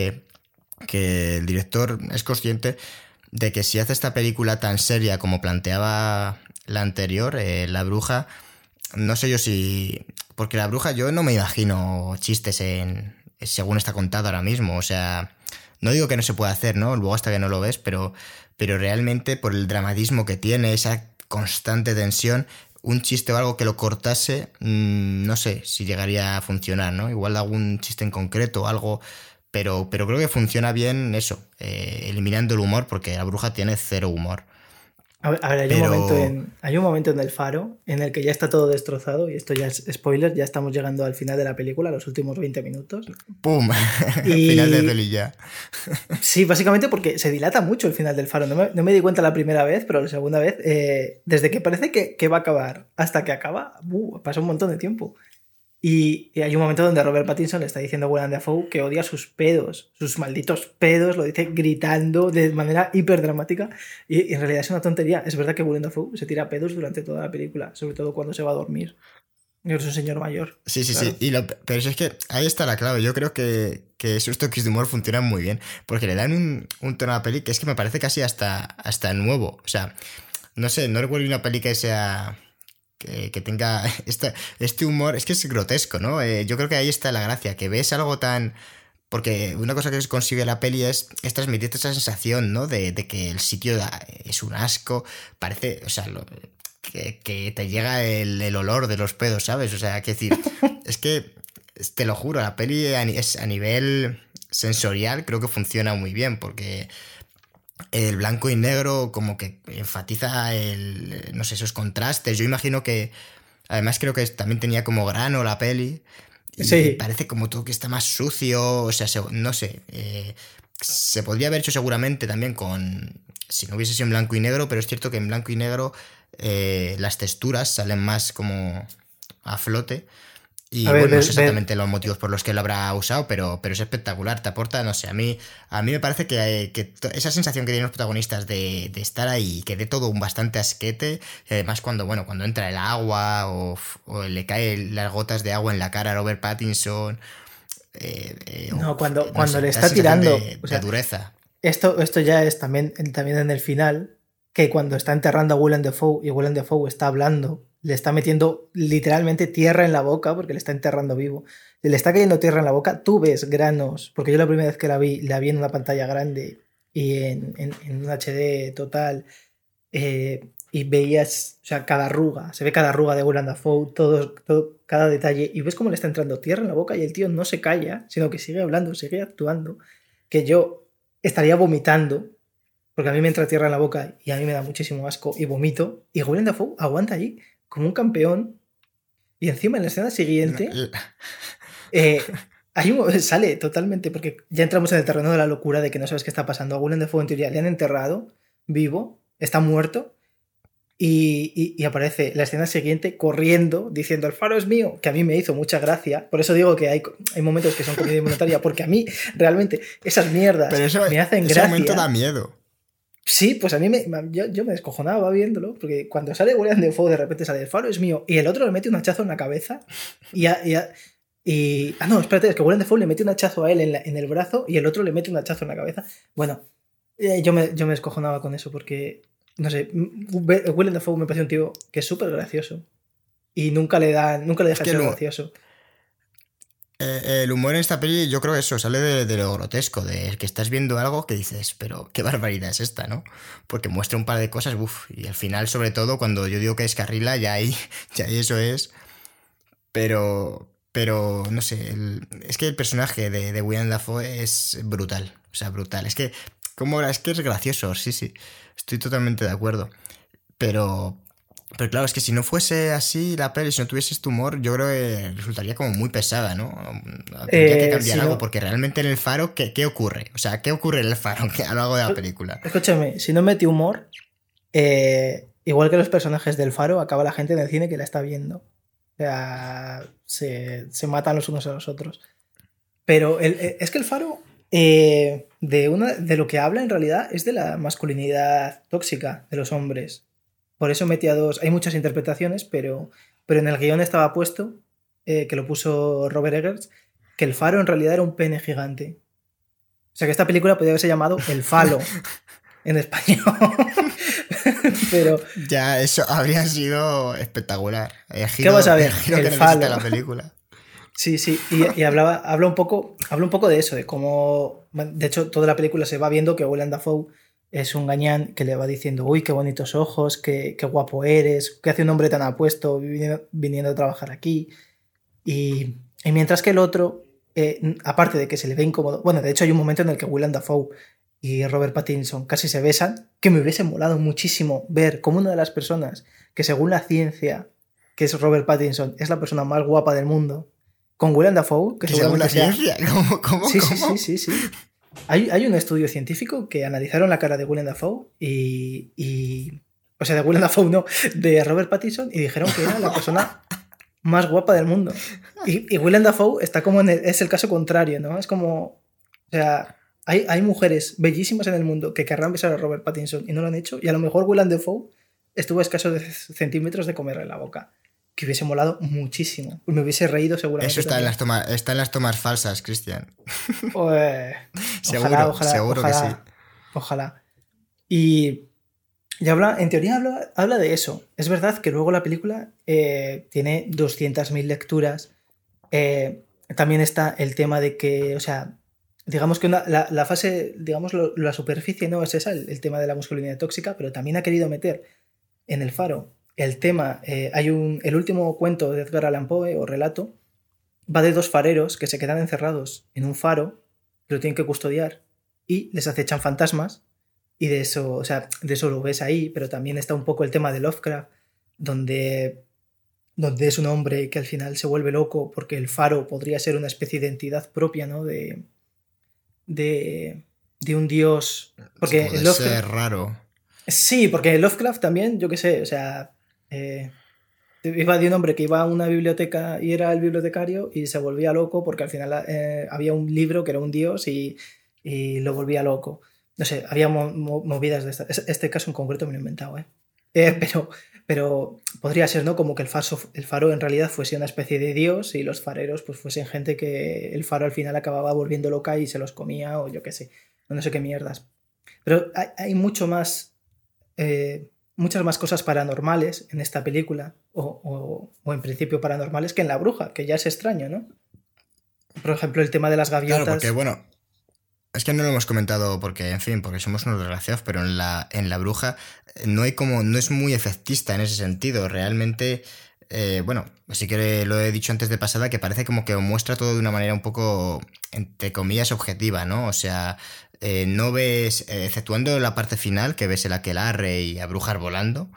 que el director es consciente de que si hace esta película tan seria como planteaba la anterior, La Bruja, no sé yo si... Porque La Bruja yo no me imagino chistes según está contado ahora mismo, o sea... No digo que no se pueda hacer, ¿no? Luego hasta que no lo ves, pero realmente por el dramatismo que tiene, esa constante tensión, un chiste o algo que lo cortase, no sé si llegaría a funcionar, ¿no? Igual algún chiste en concreto o algo, pero creo que funciona bien eso, eliminando el humor, porque La Bruja tiene cero humor. A ver, Pero... hay un momento en El Faro en el que ya está todo destrozado, y esto ya es spoiler, ya estamos llegando al final de la película, los últimos 20 minutos. ¡Pum! Final de Y peli ya. sí, básicamente porque se dilata mucho el final del Faro. No me di cuenta la primera vez, pero la segunda vez, desde que parece que va a acabar hasta que acaba, pasa un montón de tiempo. Y hay un momento donde Robert Pattinson le está diciendo a Willem Dafoe que odia sus pedos, sus malditos pedos, lo dice gritando de manera hiper dramática. Y en realidad es una tontería. Es verdad que Willem Dafoe se tira pedos durante toda la película, sobre todo cuando se va a dormir. Es un señor mayor. Sí, sí, sí. Claro. Pero es que ahí está la clave. Yo creo que esos toques de humor funcionan muy bien. Porque le dan un tono a la peli que es que me parece casi hasta nuevo. O sea, no sé, no recuerdo una peli que sea... Que tenga este humor. Es que es grotesco, ¿no? Yo creo que ahí está la gracia. Que ves algo tan... Porque una cosa que consigue la peli es transmitirte esa sensación, ¿no? De que el sitio es un asco. Parece... O sea, que te llega el olor de los pedos, ¿sabes? O sea, que decir, es que, te lo juro, la peli es a nivel sensorial creo que funciona muy bien, porque el blanco y negro como que enfatiza no sé, esos contrastes. Yo imagino que, además creo que también tenía como grano la peli, y Sí. parece como todo que está más sucio, o sea, no sé, se podría haber hecho seguramente también si no hubiese sido en blanco y negro, pero es cierto que en blanco y negro las texturas salen más como a flote. A Y ver, bueno, no sé exactamente los motivos por los que lo habrá usado, pero es espectacular, te aporta, no sé, a mí me parece que esa sensación que tienen los protagonistas de estar ahí, que dé todo un bastante asquete, y además cuando entra el agua o le caen las gotas de agua en la cara a Robert Pattinson, no, no cuando sé, le da está sensación tirando, de, o de sea, dureza. esto ya es también en el final, que cuando está enterrando a Willem Dafoe y Willem Dafoe está hablando, le está metiendo literalmente tierra en la boca porque le está enterrando vivo. Le está cayendo tierra en la boca, tú ves granos, porque yo la primera vez que la vi en una pantalla grande y en un HD total, y veías, o sea, cada arruga, se ve cada arruga de Willem Dafoe, cada detalle, y ves cómo le está entrando tierra en la boca y el tío no se calla, sino que sigue hablando, sigue actuando, que yo estaría vomitando, porque a mí me entra tierra en la boca y a mí me da muchísimo asco y vomito, y Willem Dafoe aguanta allí como un campeón, y encima en la escena siguiente sale totalmente, porque ya entramos en el terreno de la locura de que no sabes qué está pasando. A Willem Dafoe en teoría le han enterrado vivo, está muerto, y aparece la escena siguiente corriendo diciendo el faro es mío, que a mí me hizo mucha gracia. Por eso digo que hay momentos que son comedia involuntaria, porque a mí realmente esas mierdas Pero me hacen ese momento da gracia. miedo. Sí, pues a mí yo me descojonaba viéndolo, porque cuando sale William Dafoe de repente sale el faro es mío y el otro le mete un hachazo en la cabeza no, espérate, es que William Dafoe le mete un hachazo a él en el brazo y el otro le mete un hachazo en la cabeza. Bueno, yo me descojonaba con eso porque, no sé, Willem Dafoe me parece un tío que es súper gracioso y nunca le Es deja de que ser gracioso. el humor en esta peli, yo creo que eso sale de lo grotesco, de que estás viendo algo que dices, pero qué barbaridad es esta, ¿no? Porque muestra un par de cosas, uff, y al final, sobre todo, cuando yo digo que descarrila, ya ahí eso es. Pero no sé, es que el personaje de William Dafoe es brutal, o sea, brutal. Es que es gracioso, sí, sí, estoy totalmente de acuerdo. Pero Pero claro, es que si no fuese así la peli, si no tuviese este humor, yo creo que resultaría como muy pesada, ¿no? Tendría que cambiar Si algo, no, porque realmente en el Faro, ¿qué ocurre? O sea, ¿qué ocurre en el Faro a lo largo de la película? escúchame, si no mete humor, igual que los personajes del Faro, acaba la gente en el cine que la está viendo. O sea, se matan los unos a los otros. Pero es que el Faro, de lo que habla en realidad es de la masculinidad tóxica de los hombres. Por eso metía dos. Hay muchas interpretaciones, pero en el guión estaba puesto, que lo puso Robert Eggers, que el Faro en realidad era un pene gigante. O sea que esta película podría haberse llamado El Falo en español. Pero, Ya, eso habría sido espectacular. ¿qué vas a ver? El giro El que necesita Falo. la película. Sí, sí, y habla un poco de eso, de cómo, de hecho, toda la película se va viendo que Willem Dafoe es un gañán que le va diciendo, uy, qué bonitos ojos, qué guapo eres, qué hace un hombre tan apuesto viniendo a trabajar aquí. Y mientras que el otro, aparte de que se le ve incómodo, bueno, de hecho hay un momento en el que Willem Dafoe y Robert Pattinson casi se besan, que me hubiese molado muchísimo ver cómo una de las personas que según la ciencia, que es Robert Pattinson, es la persona más guapa del mundo, con Willem Dafoe, que ¿Que según la seguramente sea... ciencia? ¿Cómo? Sí, sí, sí, sí, sí. Hay un estudio científico que analizaron la cara de Willem Dafoe o sea, de Willem Dafoe no, de Robert Pattinson, y dijeron que era la persona más guapa del mundo. Y Willem Dafoe está como es el caso contrario, ¿no? Es como... O sea, hay mujeres bellísimas en el mundo que querrán besar a Robert Pattinson y no lo han hecho, y a lo mejor Willem Dafoe estuvo a escasos de centímetros de comerle la boca. Que hubiese molado muchísimo. Me hubiese reído seguramente. Eso está en las tomas falsas, Cristian. Ojalá, seguro que sí. Ojalá. Y en teoría habla de eso. Es verdad que luego la película tiene 200.000 lecturas. También está el tema de que, o sea, digamos que la fase, digamos, la superficie no es esa, el tema de la masculinidad tóxica, pero también ha querido meter en el Faro el tema. El último cuento de Edgar Allan Poe, o relato, va de dos fareros que se quedan encerrados en un faro, que lo tienen que custodiar, y les acechan fantasmas. Y de eso, o sea, de eso lo ves ahí, pero también está un poco el tema de Lovecraft, donde es un hombre que al final se vuelve loco porque el faro podría ser una especie de entidad propia, ¿no? De un dios. Porque Puede Lovecraft, ser raro. sí, porque Lovecraft también, yo qué sé, o sea, iba de un hombre que iba a una biblioteca y era el bibliotecario y se volvía loco porque al final había un libro que era un dios y lo volvía loco. No sé, había movidas de estas. Este caso en concreto me lo he inventado, ¿eh? Pero podría ser, ¿no? Como que el faro en realidad fuese una especie de dios y los fareros pues fuesen gente que el faro al final acababa volviendo loca y se los comía o yo qué sé, no sé qué mierdas. Pero hay mucho más, muchas más cosas paranormales en esta película o en principio paranormales que en La Bruja, que ya es extraño, ¿no? Por ejemplo, el tema de las gaviotas. Claro, porque bueno, es que no lo hemos comentado porque, en fin, porque somos unos desgraciados, pero en la Bruja no es muy efectista en ese sentido. Realmente, bueno, así que lo he dicho antes de pasada, que parece como que muestra todo de una manera un poco, entre comillas, objetiva, ¿no? O sea, no ves, exceptuando la parte final, que ves el aquelarre y a brujas volando,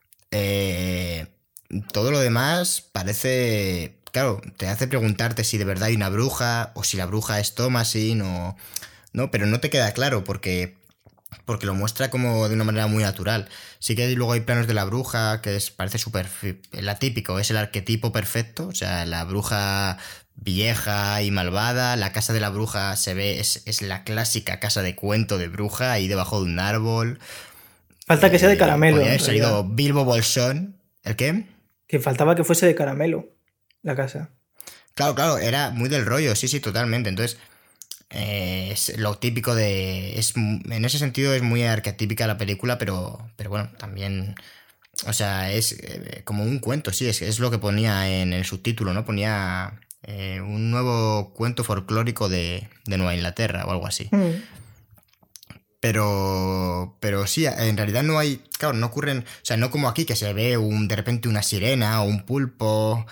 todo lo demás parece... Claro, te hace preguntarte si de verdad hay una bruja o si la bruja es Thomasin o... No, pero no te queda claro porque lo muestra como de una manera muy natural. Sí que luego hay planos de la bruja que parece súper... La típico, es el arquetipo perfecto, o sea, la bruja vieja y malvada, la casa de la bruja se ve, es la clásica casa de cuento de bruja ahí debajo de un árbol. Falta que sea de caramelo. Podría haber salido Bilbo Bolsón. ¿El qué? Que faltaba que fuese de caramelo la casa. Claro, era muy del rollo, sí, totalmente. Entonces, es lo típico de... en ese sentido es muy arquetípica la película, pero bueno, también... O sea, es como un cuento, sí, es lo que ponía en el subtítulo, ¿no? Ponía un nuevo cuento folclórico de Nueva Inglaterra o algo así. Pero sí, en realidad no hay... Claro, no ocurren... O sea, no como aquí que se ve de repente una sirena o un pulpo...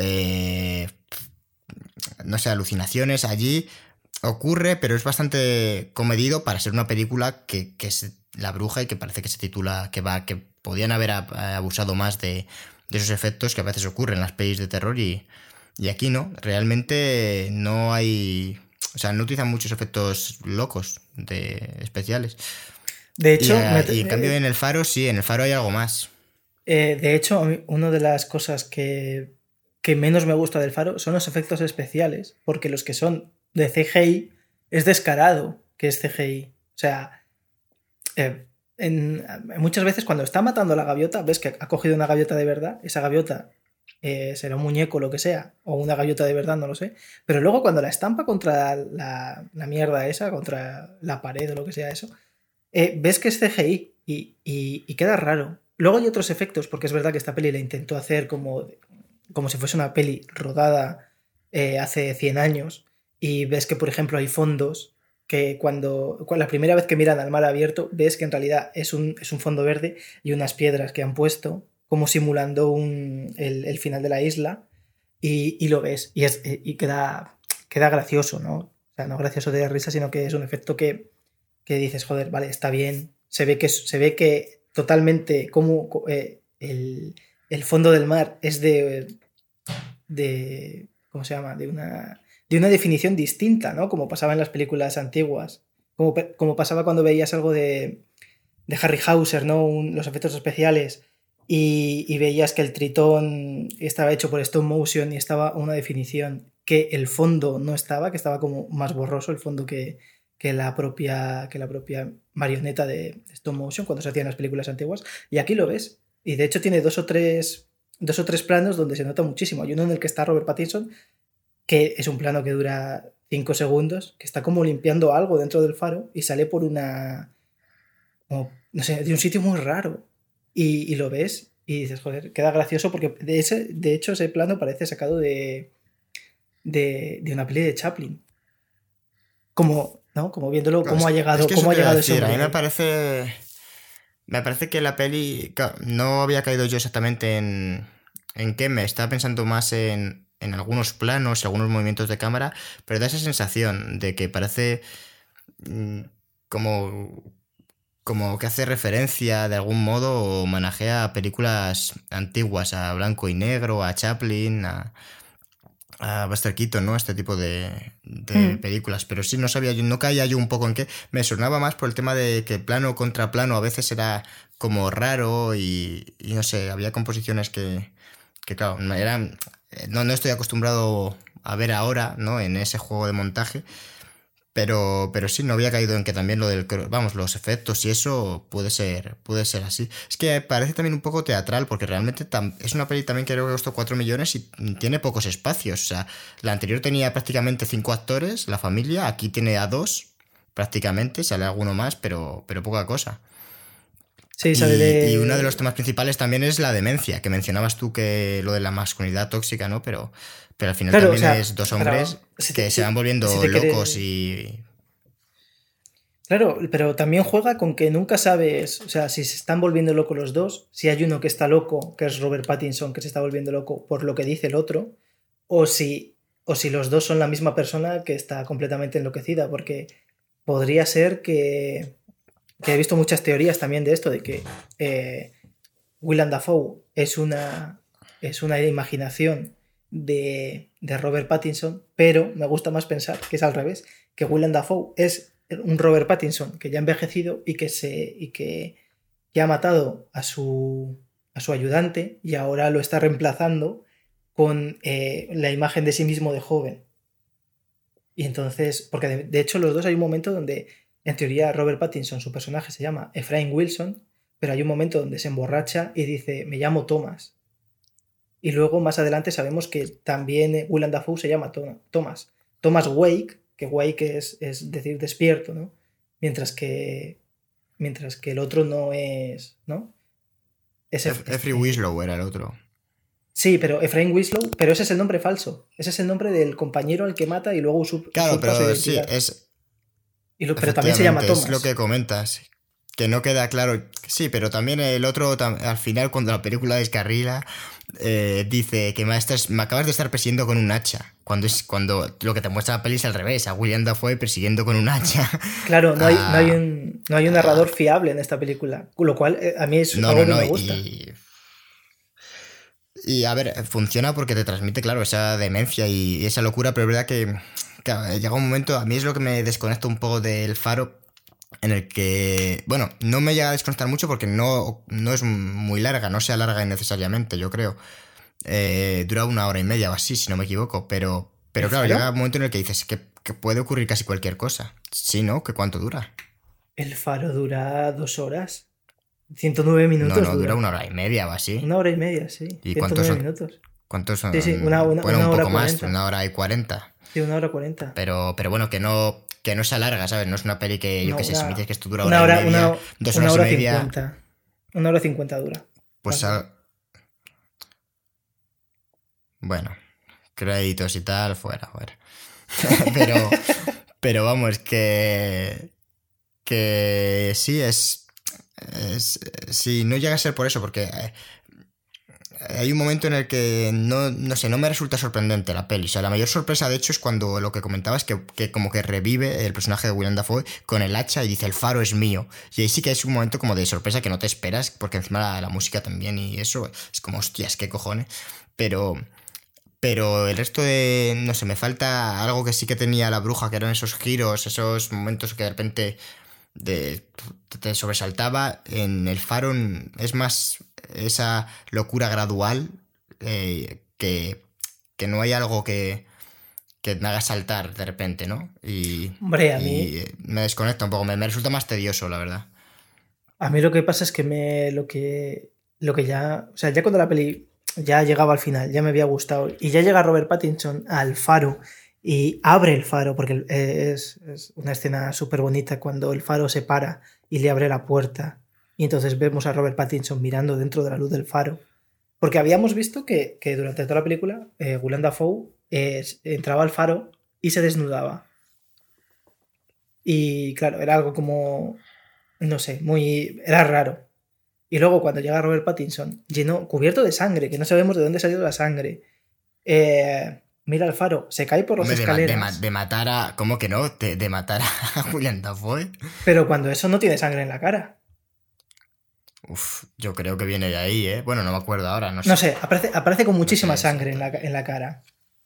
no sé, alucinaciones. Allí ocurre, pero es bastante comedido para ser una película que es La Bruja y que parece que se titula, que podían haber abusado más de esos efectos que a veces ocurren en las pelis de terror y aquí no, realmente no hay, o sea, no utilizan muchos efectos locos especiales. De hecho, y en cambio en El Faro sí, en El Faro hay algo más. De hecho, a mí, una de las cosas que menos me gusta del Faro son los efectos especiales, porque los que son de CGI es descarado que es CGI. O sea, muchas veces cuando está matando a la gaviota, ves que ha cogido una gaviota de verdad, esa gaviota será un muñeco o lo que sea, o una gaviota de verdad, no lo sé, pero luego cuando la estampa contra la mierda esa, contra la pared o lo que sea eso, ves que es CGI y queda raro. Luego hay otros efectos, porque es verdad que esta peli la intentó hacer como si fuese una peli rodada hace 100 años, y ves que, por ejemplo, hay fondos que cuando la primera vez que miran al mar abierto, ves que en realidad es un fondo verde y unas piedras que han puesto, como simulando el final de la isla, y lo ves, y queda gracioso, ¿no? O sea, no gracioso de risa, sino que es un efecto que dices, joder, vale, está bien. Se ve que totalmente como el fondo del mar es de ¿cómo se llama? De una definición distinta, ¿no? Como pasaba en las películas antiguas. Como pasaba cuando veías algo de Harryhauser, ¿no? Los efectos especiales y veías que el Tritón estaba hecho por stop motion y estaba una definición que el fondo no estaba, que estaba como más borroso el fondo que la propia marioneta de stop motion cuando se hacían las películas antiguas. Y aquí lo ves. Y de hecho tiene dos o tres planos donde se nota muchísimo. Hay uno en el que está Robert Pattinson, que es un plano que dura 5 segundos, que está como limpiando algo dentro del faro y sale por una... como, no sé, de un sitio muy raro. Y lo ves y dices, joder, queda gracioso porque de hecho ese plano parece sacado de una peli de Chaplin. Como, ¿no? Como viéndolo, cómo ha llegado, cómo ha llegado ese hombre. A mí me parece que la peli no había caído yo exactamente en qué, me estaba pensando más en algunos planos y algunos movimientos de cámara, pero da esa sensación de que parece como que hace referencia de algún modo o homenajea a películas antiguas, a blanco y negro, a Chaplin, a Buster Keaton, ¿no? Este tipo de películas. Pero sí, no sabía yo, no caía yo un poco en qué. Me sonaba más por el tema de que plano contra plano a veces era como raro y no sé, había composiciones que claro, eran, no estoy acostumbrado a ver ahora, ¿no? En ese juego de montaje. Pero sí, no había caído en que también lo del... Vamos, los efectos y eso puede ser así. Es que parece también un poco teatral, porque realmente es una peli también que creo que costó 4 millones y tiene pocos espacios. O sea, la anterior tenía prácticamente 5 actores, la familia, aquí tiene a 2, prácticamente, sale alguno más, pero poca cosa. Sí, sale y uno de los temas principales también es la demencia, que mencionabas tú que lo de la masculinidad tóxica, ¿no? Pero al final claro, también es dos hombres que se van volviendo locos y... Claro, pero también juega con que nunca sabes, o sea, si se están volviendo locos los dos, si hay uno que está loco, que es Robert Pattinson, que se está volviendo loco por lo que dice el otro, o si los dos son la misma persona que está completamente enloquecida, porque podría ser que he visto muchas teorías también de esto, de que Willem Dafoe es una imaginación de Robert Pattinson, pero me gusta más pensar que es al revés, que Willem Dafoe es un Robert Pattinson que ya ha envejecido y que ha matado a su ayudante y ahora lo está reemplazando con la imagen de sí mismo de joven. Y entonces, porque de hecho los dos hay un momento donde en teoría Robert Pattinson, su personaje se llama Ephraim Wilson, pero hay un momento donde se emborracha y dice, me llamo Thomas. Y luego más adelante sabemos que también Willem Dafoe se llama Thomas Wake, que Wake es decir despierto, ¿no? Mientras que el otro no es, ¿no? Ephraim Winslow era el otro. Sí, pero Ephraim Winslow, pero ese es el nombre falso. Ese es el nombre del compañero al que mata y luego claro, pero sí, es... pero también se llama Thomas. Es lo que comentas. que no queda claro. Sí, pero también el otro, al final, cuando la película descarrila, dice que me acabas de estar persiguiendo con un hacha. Cuando lo que te muestra la peli es al revés, a William Dafoe persiguiendo con un hacha. Claro, a- no hay un narrador fiable en esta película, lo cual a mí es no, algo no, que no. me gusta. Y a ver, funciona porque te transmite, claro, esa demencia y esa locura, pero es verdad que claro, llega un momento, a mí es lo que me desconecta un poco del Faro, en el que, bueno, no me llega a desconectar mucho porque no es muy larga, no se alarga innecesariamente, yo creo. Dura 1 hora y media o así, si no me equivoco, ¿El pero claro, llega Faro? un momento en el que dices que puede ocurrir casi cualquier cosa. Sí, ¿no? ¿Que cuánto dura? El Faro dura 2 horas. 109 No, minutos no, dura dura. 1 hora y media o así. 1 hora y media, sí. ¿Y cuántos 109 son? minutos. ¿Cuántos Sí, sí, son? Bueno, una un hora poco más, 40. 1 hora y 40. Sí, 1 hora 40. Pero bueno, que no se alarga, ¿sabes? No es una peli que, yo No, qué sé, si me dices que esto dura una hora y hora, media, 2 horas una y hora media, 50. 1 hora 50 dura. pues Más o menos. bueno, créditos y tal, fuera, fuera. Pero, pero vamos, que sí sí, no llega a ser por eso, porque hay un momento en el que no sé, no me resulta sorprendente la peli. O sea, la mayor sorpresa, de hecho, es cuando lo que comentabas, que como que revive el personaje de Willem Dafoe con el hacha y dice, el faro es mío. Y ahí sí que es un momento como de sorpresa que no te esperas, porque encima la música también y eso es como, hostias, qué cojones. Pero, pero el resto de, no sé, me falta algo que sí que tenía la bruja, que eran esos giros, esos momentos que de repente de, te sobresaltaba. En el faro es más esa locura gradual, que no hay algo que me haga saltar de repente, ¿no? Hombre, Y me desconecta un poco, me resulta más tedioso, la verdad. a mí lo que pasa es que lo que ya, o sea, ya cuando la peli ya llegaba al final, ya me había gustado, y ya llega Robert Pattinson al faro y abre el faro, porque es una escena súper bonita cuando el faro se para y le abre la puerta, y entonces vemos a Robert Pattinson mirando dentro de la luz del faro. Porque habíamos visto que durante toda la película Willem Dafoe entraba al faro y se desnudaba. Y claro, era algo como, no sé, era raro. Y luego cuando llega Robert Pattinson, cubierto de sangre, que no sabemos de dónde salió la sangre, mira el faro, se cae por las Hombre, escaleras, de matar a... ¿Cómo que no? De matar a William Dafoe. pero cuando eso no tiene sangre en la cara. Uf, yo creo que viene de ahí, ¿eh? Bueno, no me acuerdo ahora, no No sé. sé, aparece con No muchísima sé sangre en exactamente. en la cara.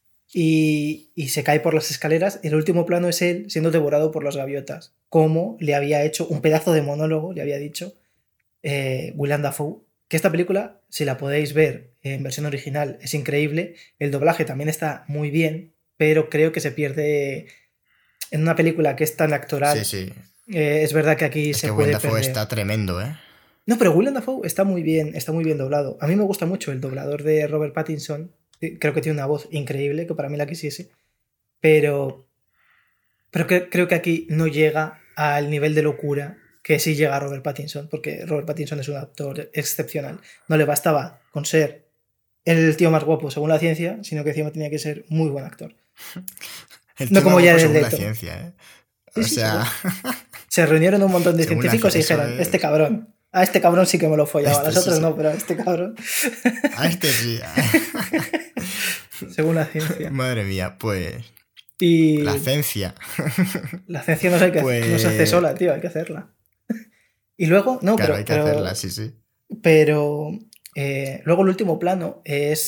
Y se cae por las escaleras. Y el último plano es él siendo devorado por las gaviotas. Como le había hecho un pedazo de monólogo, le había dicho Willem Dafoe. Que esta película, si la podéis ver en versión original, es increíble. El doblaje también está muy bien, pero creo que se pierde en una película que es tan Sí, actoral. sí. Es verdad que aquí Es se que Willem puede Dafoe perder. está tremendo, ¿eh? No, pero Willem Dafoe está muy bien doblado. A mí me gusta mucho el doblador de Robert Pattinson. Creo que tiene una voz increíble, que para mí la quisiese. Pero, creo que aquí no llega al nivel de locura que sí llega a Robert Pattinson, porque Robert Pattinson es un actor excepcional. No le bastaba con ser el tío más guapo según la ciencia, sino que encima tenía que ser muy buen actor. El No tío más como guapo Jared según la Leto. ciencia, ¿eh? Sí, O sí, sea, se reunieron un montón de según la científicos y ciencia, eso dijeron, este es... cabrón, a este cabrón sí que me lo follaba, a Este los sí, otros sí. no, pero a este cabrón, A este sí. según la ciencia. Madre mía, pues... La Y ciencia. la ciencia no se hace Pues... sola, tío, hay que hacerla. Y luego, no, Claro, hay que hacerla, sí, sí. pero luego el último plano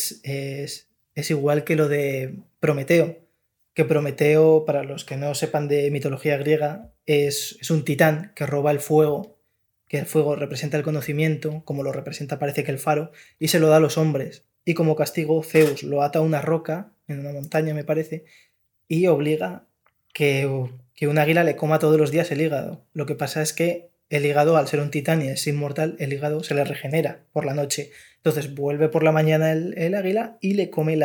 es igual que lo de Prometeo, que Prometeo, para los que no sepan de mitología griega, es un titán que roba el fuego, que el fuego representa el conocimiento, como lo representa parece que el faro, y se lo da a los hombres. Y como castigo, Zeus lo ata a una roca, en una montaña me parece, y obliga que un águila le coma todos los días el hígado. Lo que pasa es que el hígado, al ser un titán y es inmortal, el hígado se le regenera por la noche. Entonces vuelve por la mañana el águila y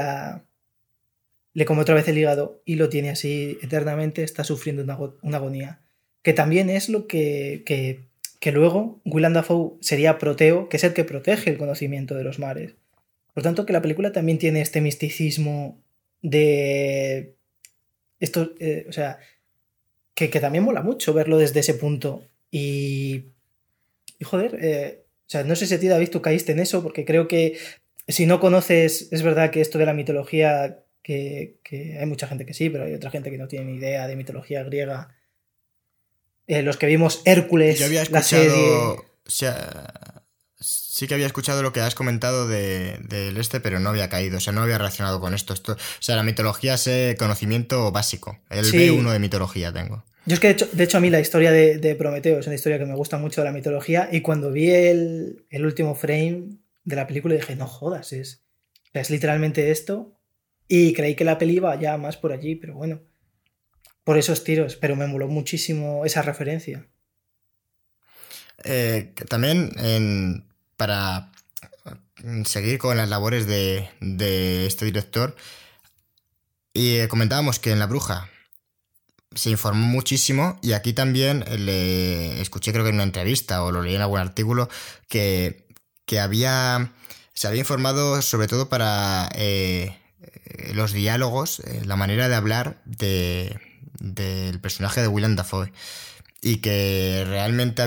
le come otra vez el hígado y lo tiene así eternamente, está sufriendo una agonía. Que también es lo que luego Willem Dafoe sería Proteo, que es el que protege el conocimiento de los mares. Por tanto, que la película también tiene este misticismo de esto, o sea, que también mola mucho verlo desde ese punto. Y Y joder, o sea, no sé si a ti, David, tú caíste en eso, porque creo que si no conoces, es verdad que esto de la mitología, que hay mucha gente que sí, pero hay otra gente que no tiene ni idea de mitología griega. Los que vimos Yo había Hércules, la escuchado. serie. Sí que había escuchado lo que has comentado del este, pero no había caído, o sea, no había relacionado con esto. O sea, la mitología es conocimiento básico. El B1 Sí, de mitología tengo. yo es que de hecho a mí la historia de Prometeo es una historia que me gusta mucho de la mitología y cuando vi el último frame de la película dije, no jodas, es literalmente esto y creí que la peli iba ya más por allí, pero bueno, por esos tiros, pero me moló muchísimo esa referencia. También para seguir con las labores de este director, y comentábamos que en La Bruja se informó muchísimo y aquí también le escuché, creo que en una entrevista o lo leí en algún artículo, que se había informado sobre todo para los diálogos, la manera de hablar del personaje de Willem Dafoe y que realmente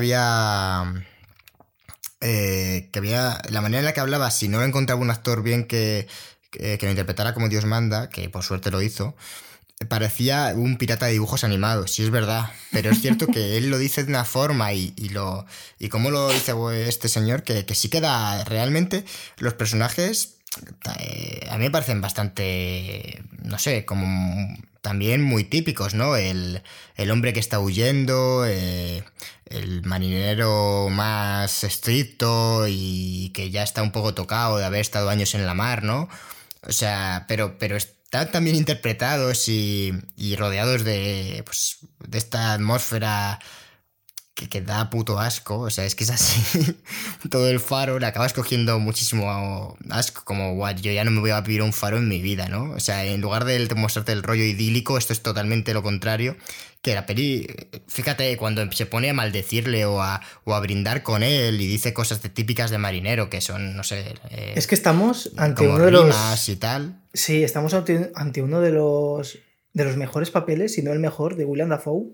había la manera en la que hablaba, si no encontraba un actor bien que lo interpretara como Dios manda, que por suerte lo hizo, parecía un pirata de dibujos animados, sí es verdad, pero es cierto que él lo dice de una forma y cómo lo dice este señor, que sí queda realmente los personajes, a mí me parecen bastante, no sé, como también muy típicos, ¿no? El hombre que está huyendo, el marinero más estricto y que ya está un poco tocado de haber estado años en la mar, ¿no? O sea, pero están tan bien interpretados y rodeados pues, de esta atmósfera que da puto asco. O sea, es que es así. Todo el faro le acabas cogiendo muchísimo asco. Como, guau, yo ya no me voy a vivir un faro en mi vida, ¿no? O sea, en lugar de mostrarte el rollo idílico, esto es totalmente lo contrario. Que la peli, fíjate, cuando se pone a maldecirle o a brindar con él y dice cosas típicas de marinero que son, no sé, Es que estamos ante como uno de rimas los... y tal. Sí, estamos ante uno de los mejores papeles, si no el mejor, de Willem Dafoe.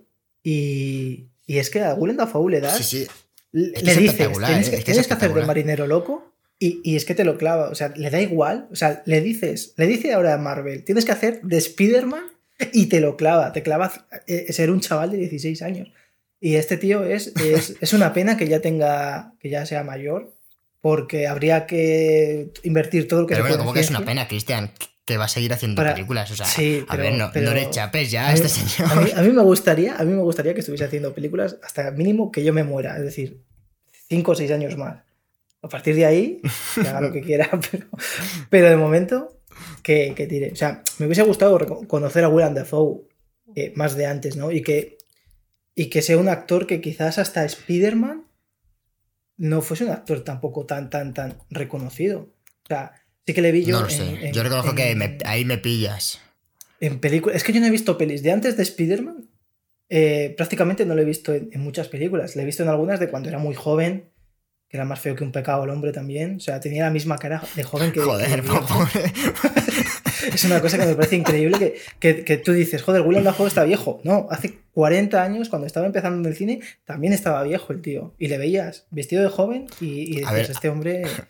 Y es que a Willem Dafoe le Sí, das, sí. Es que le es dices, espectacular, ¿eh? Es que es tienes que hacer de espectacular. marinero loco y es que te lo clava. O sea, le da igual. O sea, le dice ahora a Marvel, tienes que hacer de Spider-Man y te clava ser un chaval de 16 años. Y este tío es una pena que que ya sea mayor, porque habría que invertir todo lo que Pero se bueno, puede en como que es una ciencia pena, Cristian, que va a seguir haciendo para... películas. O sea, Sí, a ver, no le chapes ya a a mí, este señor. a mí me gustaría que estuviese haciendo películas hasta mínimo que yo me muera, es decir, 5 o 6 años más. A partir de ahí, que haga lo que quiera, pero de momento, que tire. O sea, me hubiese gustado conocer a Willem Dafoe más de antes, ¿no? Y que sea un actor que quizás hasta Spider-Man no fuese un actor tampoco tan reconocido. O sea, sí que le vi No yo lo sé. Yo reconozco que ahí me pillas. en películas. Es que yo no he visto pelis de antes de Spider-Man. Prácticamente no lo he visto en muchas películas. Le he visto en algunas de cuando era muy joven, que era más feo que un pecado el hombre también. O sea, tenía la misma cara de joven que de Joder, viejo. pobre. Es una cosa que me parece increíble que tú dices, joder, Willem Dafoe está viejo. No, hace 40 años, cuando estaba empezando en el cine, también estaba viejo el tío. Y le veías vestido de joven y A decías, ver, este hombre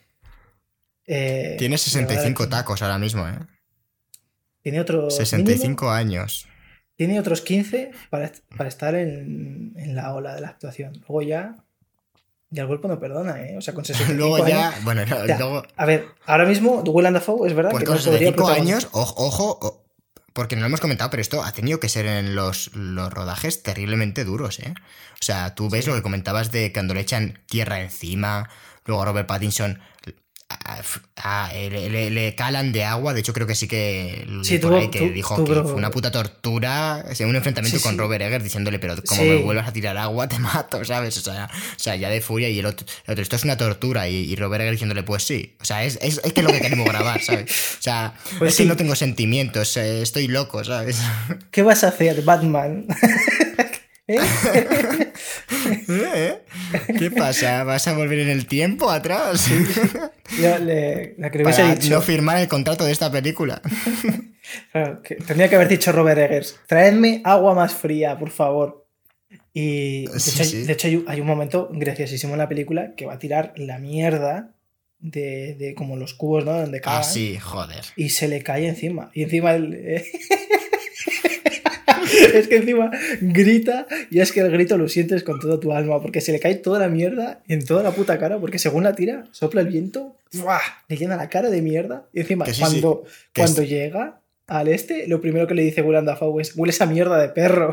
tiene le va a dar 65 aquí. tacos ahora mismo, ¿eh? Tiene otros mínimo, 65 años. tiene otros 15 para estar en la ola de la actuación. Luego ya el cuerpo no perdona, ¿eh? O sea, con Luego 65 años. ya, bueno, O sea, luego. a ver, ahora mismo Willem Dafoe es verdad Pues que con no podría 65 protagonizar. años, ojo, porque no lo hemos comentado, pero esto ha tenido que ser en los rodajes terriblemente duros, ¿eh? O sea, tú ves lo que Sí. comentabas de cuando le echan tierra encima, luego Robert Pattinson le calan de agua. De hecho, creo que sí que leí Sí, por ahí que dijo que fue una tuvo. puta tortura, o sea, un Sí, enfrentamiento con sí. Robert Eggers diciéndole, pero como me Sí. vuelvas a tirar agua, te mato, ¿sabes? O sea ya de furia y el otro, esto es una tortura y Robert Eggers diciéndole, pues sí. O sea, es que es lo que queremos grabar, ¿sabes? O sea, Pues es que no sí. tengo sentimientos, estoy loco, ¿sabes? ¿Qué vas a hacer, Batman? ¿Eh? ¿Eh? ¿Qué pasa? ¿Vas a volver en el tiempo atrás? Sí, sí. La que le hubiese Para no dicho. firmar el contrato de esta película. Claro, tendría que haber dicho Robert Eggers. Traedme agua más fría, por favor. Y Sí, sí. de hecho hay un momento graciosísimo en la película que va a tirar la mierda de como los cubos, ¿no? Donde Ah, cagan. sí, joder. Y se le cae encima. Y encima es que encima grita y es que el grito lo sientes con toda tu alma porque se le cae toda la mierda en toda la puta cara porque según la tira, sopla el viento, ¡buah! Le llena la cara de mierda y encima Que sí, sí. Que cuando llega al lo primero que le dice Willem Dafoe es huele esa mierda de perro.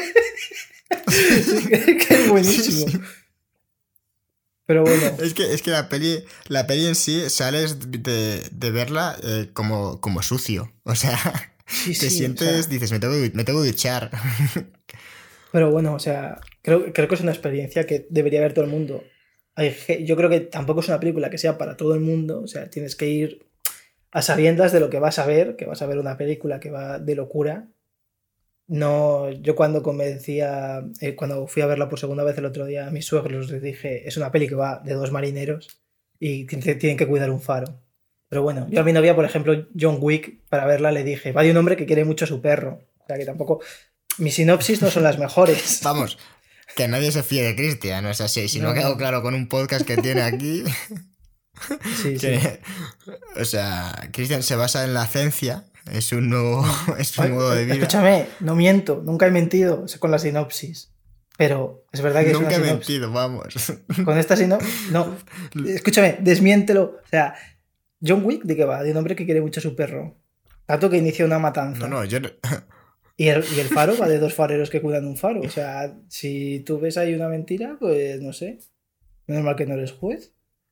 Que es sí, buenísimo. sí. Pero bueno, Es que la peli en sí sales de verla como sucio. O sea, sí, te sí, o sientes, sea, dices, me tengo que duchar. pero bueno, o sea, creo que es una experiencia que debería ver todo el mundo. Yo creo que tampoco es una película que sea para todo el mundo, o sea, tienes que ir a sabiendas de lo que vas a ver, que vas a ver una película que va de locura. No, yo cuando convencía, cuando fui a verla por segunda vez el otro día a mis suegros les dije, es una peli que va de dos marineros y tienen que cuidar un faro. Pero bueno, yo a mi novia, por ejemplo, John Wick, para verla le dije, va de un hombre que quiere mucho a su perro. O sea que tampoco, mis sinopsis no son las mejores. Vamos, que nadie se fíe de Cristian. O sea, si no ha No, quedado no. claro con un podcast que tiene aquí, Sí, sí. que, o sea, Cristian se basa en la ciencia, es un nuevo, Mm. es un Ay, modo de vida. escúchame, no miento, nunca he mentido con la sinopsis. Pero es verdad que es una Nunca he sinopsis. mentido, vamos. Con esta sinopsis, no, escúchame, desmiéntelo. O sea, John Wick, ¿de qué va? De un hombre que quiere mucho a su perro. Tanto que inicia una No, matanza. no, yo no. Y el faro va de dos fareros que cuidan un faro. O sea, si tú ves ahí una mentira, pues no sé. Menos mal que no eres juez.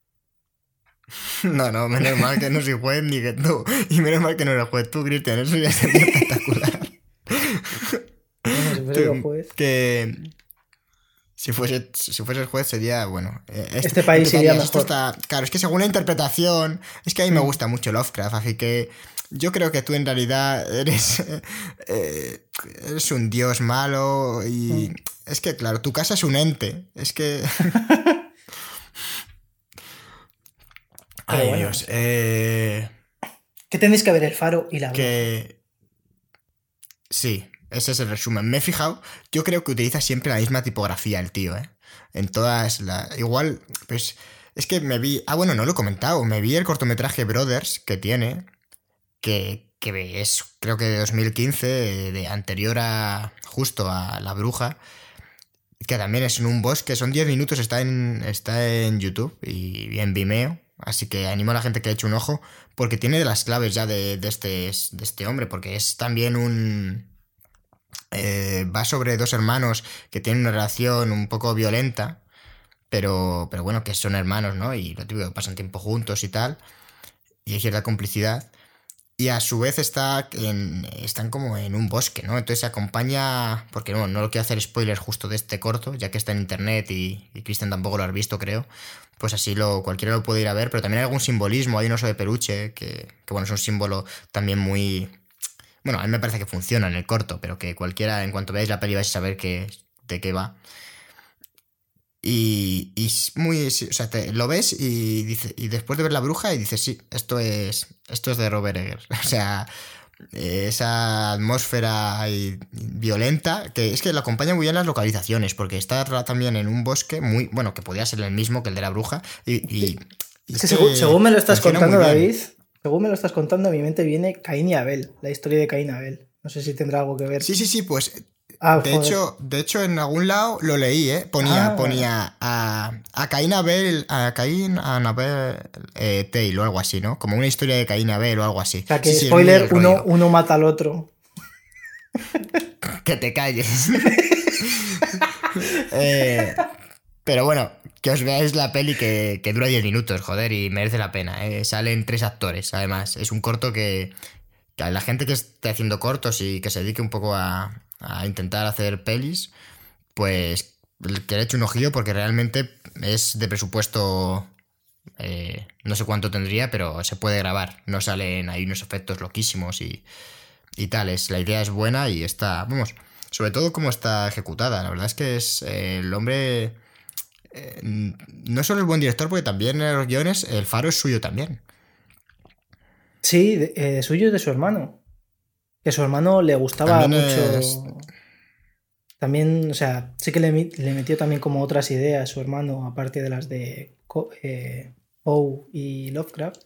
No, no, menos mal que no soy juez ni que tú. Y menos mal que no eres juez tú, Cristian. Eso ya sería espectacular. Bueno, si fuese yo Tú, juez, que si fuese juez sería, bueno, este país iría empezarías, esto mejor. está, claro, es que según la interpretación, es que a mí me Mm, gusta mucho Lovecraft, así que yo creo que tú en realidad eh, eres un dios malo y mm. es que, claro, tu casa es un ente, es que, Pero ay bueno, o Dios, sea, que tenéis que ver el faro y la bruja. que sí, ese es el resumen. Me he fijado, yo creo que utiliza siempre la misma tipografía el tío, ¿eh? En todas las... Igual, pues... Es que me vi... Ah, bueno, no lo he comentado. Me vi el cortometraje Brothers que tiene, que es creo que de 2015, de anterior a... justo a La Bruja, que también es en un bosque. Son 10 minutos, está en YouTube y en Vimeo. Así que animo a la gente que eche un ojo, porque tiene de las claves ya de este hombre, porque es también va sobre dos hermanos que tienen una relación un poco violenta, pero bueno, que son hermanos, ¿no? Y lo típico, que pasan tiempo juntos y tal, y hay cierta complicidad. Y a su vez están como en un bosque, ¿no? Entonces se acompaña, porque no lo quiero hacer spoilers justo de este corto, ya que está en internet y Cristian tampoco lo has visto, creo. Pues así cualquiera lo puede ir a ver, pero también hay algún simbolismo, hay un oso de peluche, que bueno, es un símbolo también muy... Bueno, a mí me parece que funciona en el corto, pero que cualquiera, en cuanto veáis la peli vais a saber de qué va. Y es muy... sí, o sea, lo ves y después de ver La Bruja y dices, sí, esto es de Robert Eggers. O sea, esa atmósfera violenta, que es que lo acompaña muy bien las localizaciones, porque está también en un bosque muy... Bueno, que podía ser el mismo que el de La Bruja, y Es es que que según me lo estás funciona muy contando, bien. David, según me lo estás contando, a mi mente viene Caín y Abel, la historia de Caín y Abel. No sé si tendrá algo que ver. Sí, sí, sí, pues Ah, de joder. hecho, de hecho en algún lado lo leí, ¿eh? Ponía, Ah, ponía a Caín Abel, a Caín Anabel Tale o algo así, ¿no? Como una historia de Caín Abel o algo así. o sea Sí, que, sí, es muy spoiler, el rollo. uno mata al otro. Que te calles. Eh, pero bueno, que os veáis la peli que dura 10 minutos, joder, y merece la pena. Salen tres actores, además. Es un corto que a la gente que esté haciendo cortos y que se dedique un poco a intentar hacer pelis, pues que le eche un ojillo porque realmente es de presupuesto, no sé cuánto tendría, pero se puede grabar. No salen ahí unos efectos loquísimos y tales. La idea es buena y está, vamos, sobre todo cómo está ejecutada. La verdad es que el hombre no solo es buen director, porque también en los guiones el faro es suyo también. Sí, suyo y de su hermano. Que a su hermano le gustaba También es... mucho. También, o sea, sí que le metió también como otras ideas su hermano, aparte de las de Poe y Lovecraft.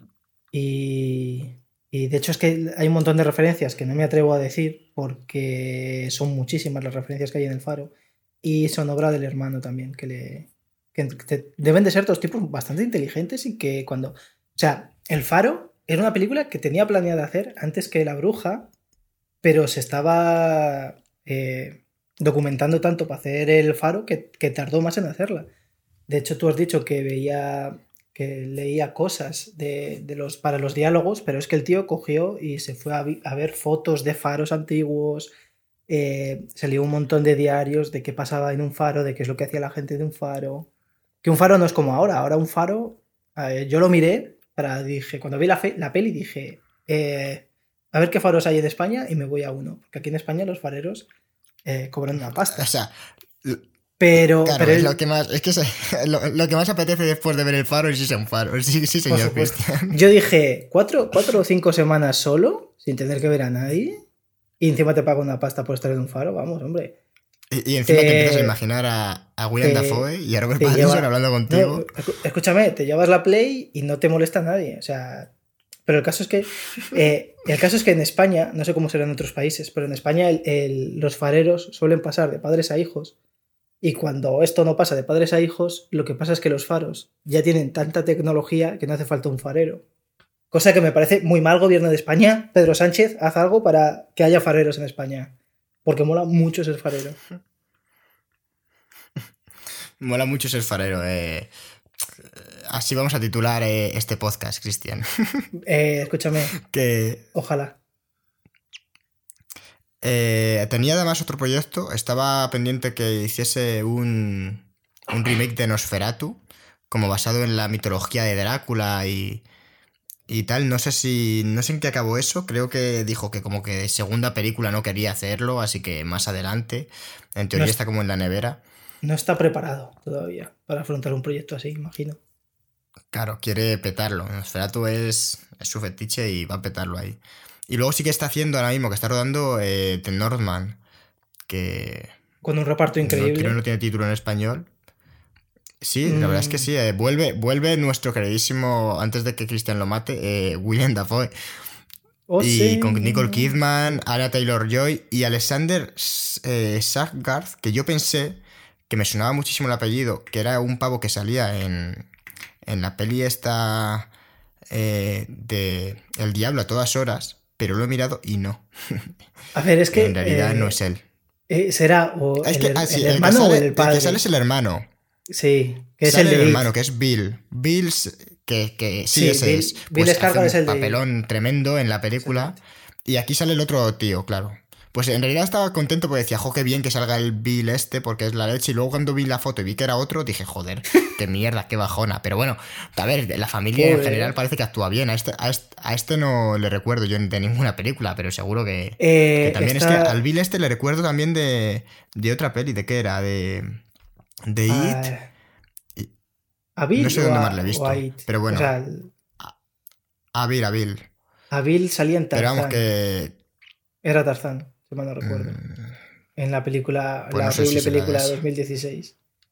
Y, y de hecho es que hay un montón de referencias que no me atrevo a decir porque son muchísimas las referencias que hay en el Faro. Y son obra del hermano también, que deben de ser dos tipos bastante inteligentes y que cuando... O sea, El Faro era una película que tenía planeada hacer antes que La Bruja, pero se estaba documentando tanto para hacer El Faro que tardó más en hacerla. De hecho, tú has dicho que leía cosas para los diálogos, pero es que el tío cogió y se fue a ver fotos de faros antiguos, se leyó un montón de diarios de qué pasaba en un faro, de qué es lo que hacía la gente de un faro. Que un faro no es como ahora un faro, yo lo miré, dije, cuando vi la peli dije, a ver qué faros hay en España y me voy a uno, porque aquí en España los fareros cobran una O pasta. sea, Pero claro, es lo él, que más. Es que lo que más apetece después de ver el faro es irse a un faro. Sí, sí, por señor supuesto. Cristian. Yo dije, cuatro o 5 semanas solo, sin tener que ver a nadie, y encima te pago una pasta por estar en un faro, vamos, hombre. Y encima te empiezas a Te, imaginar a William te, Dafoe y a Robert te Pattinson lleva... hablando No, contigo. escúchame, te llevas la Play y no te molesta a nadie. O sea, pero el caso es que en España, no sé cómo será en otros países, pero en España los fareros suelen pasar de padres a hijos. Y cuando esto no pasa de padres a hijos, lo que pasa es que los faros ya tienen tanta tecnología que no hace falta un farero. Cosa que me parece muy mal gobierno de España. Pedro Sánchez, haz algo para que haya fareros en España. Porque mola mucho ser farero. Mola mucho ser farero. Así vamos a titular este podcast, Cristian. Escúchame, Que ojalá. tenía además otro proyecto. Estaba pendiente que hiciese un remake de Nosferatu, como basado en la mitología de Drácula y tal. No sé en qué acabó eso. Creo que dijo que como que de segunda película no quería hacerlo, así que más adelante. En No, teoría está como en la nevera. no está preparado todavía para afrontar un proyecto así, imagino. Claro, quiere petarlo. Nosferatu es su fetiche y va a petarlo ahí. Y luego sí que está haciendo ahora mismo, que está rodando The Northman, que Con un reparto no, creo que no increíble. tiene título en español. Sí, la verdad es que Mm, sí. Vuelve nuestro queridísimo, antes de que Christian lo mate, William Dafoe. oh, Y con sí. Nicole Kidman, Anya Taylor-Joy y Alexander Skarsgård, que yo pensé que me sonaba muchísimo el apellido, que era un pavo que salía en la peli esta de El Diablo a todas horas, pero lo he mirado y no. A ver, es En que realidad no es él. será o Es que, el sí, hermano o el el que sale es padre. el hermano. Sí, que es el Sale el de It. hermano, que es Bill. Que sí, Sí, ese es. Bill Pues hace Skarsgård es un el de It. papelón tremendo en la película. Exactamente. Y aquí sale el otro tío, claro. Pues en realidad estaba contento porque decía, jo, qué bien que salga el Bill este, porque es la leche. Y luego cuando vi la foto y vi que era otro, dije, joder, qué mierda, qué bajona. Pero bueno, a ver, la familia en general Joder. parece que actúa bien. A este no le recuerdo yo de ninguna película, pero seguro que también es que al Está. Bill este le recuerdo también de otra peli, ¿de qué era? De It. A, Y a no Bill sé dónde más la he o a visto, It. pero O bueno, sea, A Bill. a Bill salía en Pero vamos Tarzán. que... Era Tarzán, si mal no recuerdo. mm, En la película, pues la no sé si horrible será película de eso. 2016.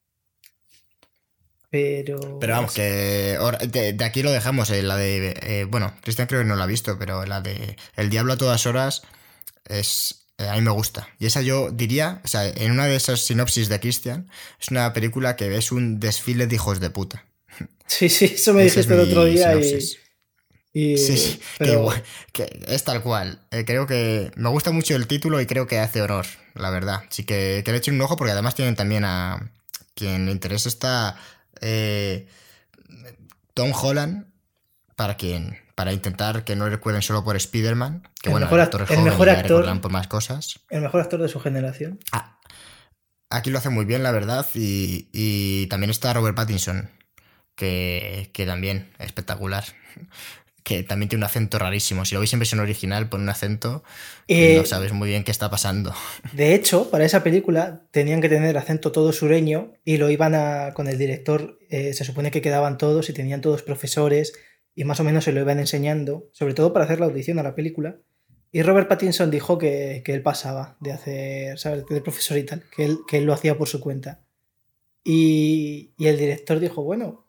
Pero Pero vamos, que de aquí lo dejamos. La de... bueno, Cristian creo que no la ha visto, pero la de El Diablo a todas horas es... a mí me gusta. Y esa yo diría, o sea, en una de esas sinopsis de Cristian, es una película que ves un desfile de hijos de puta. sí, sí, eso me Esa es dijiste el otro mi día sinopsis. Sí, sí, que igual, pero que es tal cual. Creo que me gusta mucho el título y creo que hace honor, la verdad. Así que le echen un ojo porque además tienen también a quien le interesa está eh, Tom Holland para intentar que no le recuerden solo por Spider-Man, que bueno, el actor es el joven y mejor ya recordarán actor, por más cosas. el mejor actor de su generación. Ah, aquí lo hace muy bien, la verdad, y también está Robert Pattinson, que también espectacular. Que también tiene un acento rarísimo. Si lo veis en versión original, pone un acento y no Eh, sabes muy bien qué está pasando. de hecho, para esa película tenían que tener acento todo sureño y lo iban con el director, se supone que quedaban todos y tenían todos profesores y más o menos se lo iban enseñando, sobre todo para hacer la audición a la película. Y Robert Pattinson dijo que él pasaba de hacer, ¿sabes? De profesor y tal, que él lo hacía por su cuenta. Y el director dijo, bueno,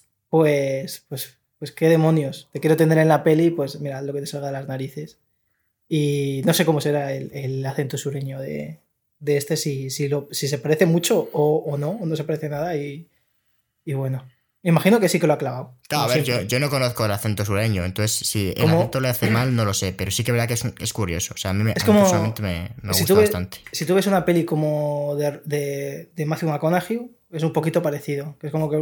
pues qué demonios, te quiero tener en la peli, pues mira, lo que te salga de las narices. Y no sé cómo será el acento sureño de este, si se parece mucho o no, o no se parece nada. Y bueno, imagino que sí que lo ha clavado. Claro, a ver, yo no conozco el acento sureño, entonces si el Como- acento le hace mal, no lo sé, pero sí que es verdad que es curioso. O sea, a mí Es a mí como personalmente me si gusta tú, ves, bastante. si tú ves una peli como de Matthew McConaughey, es un poquito parecido. Que es como que.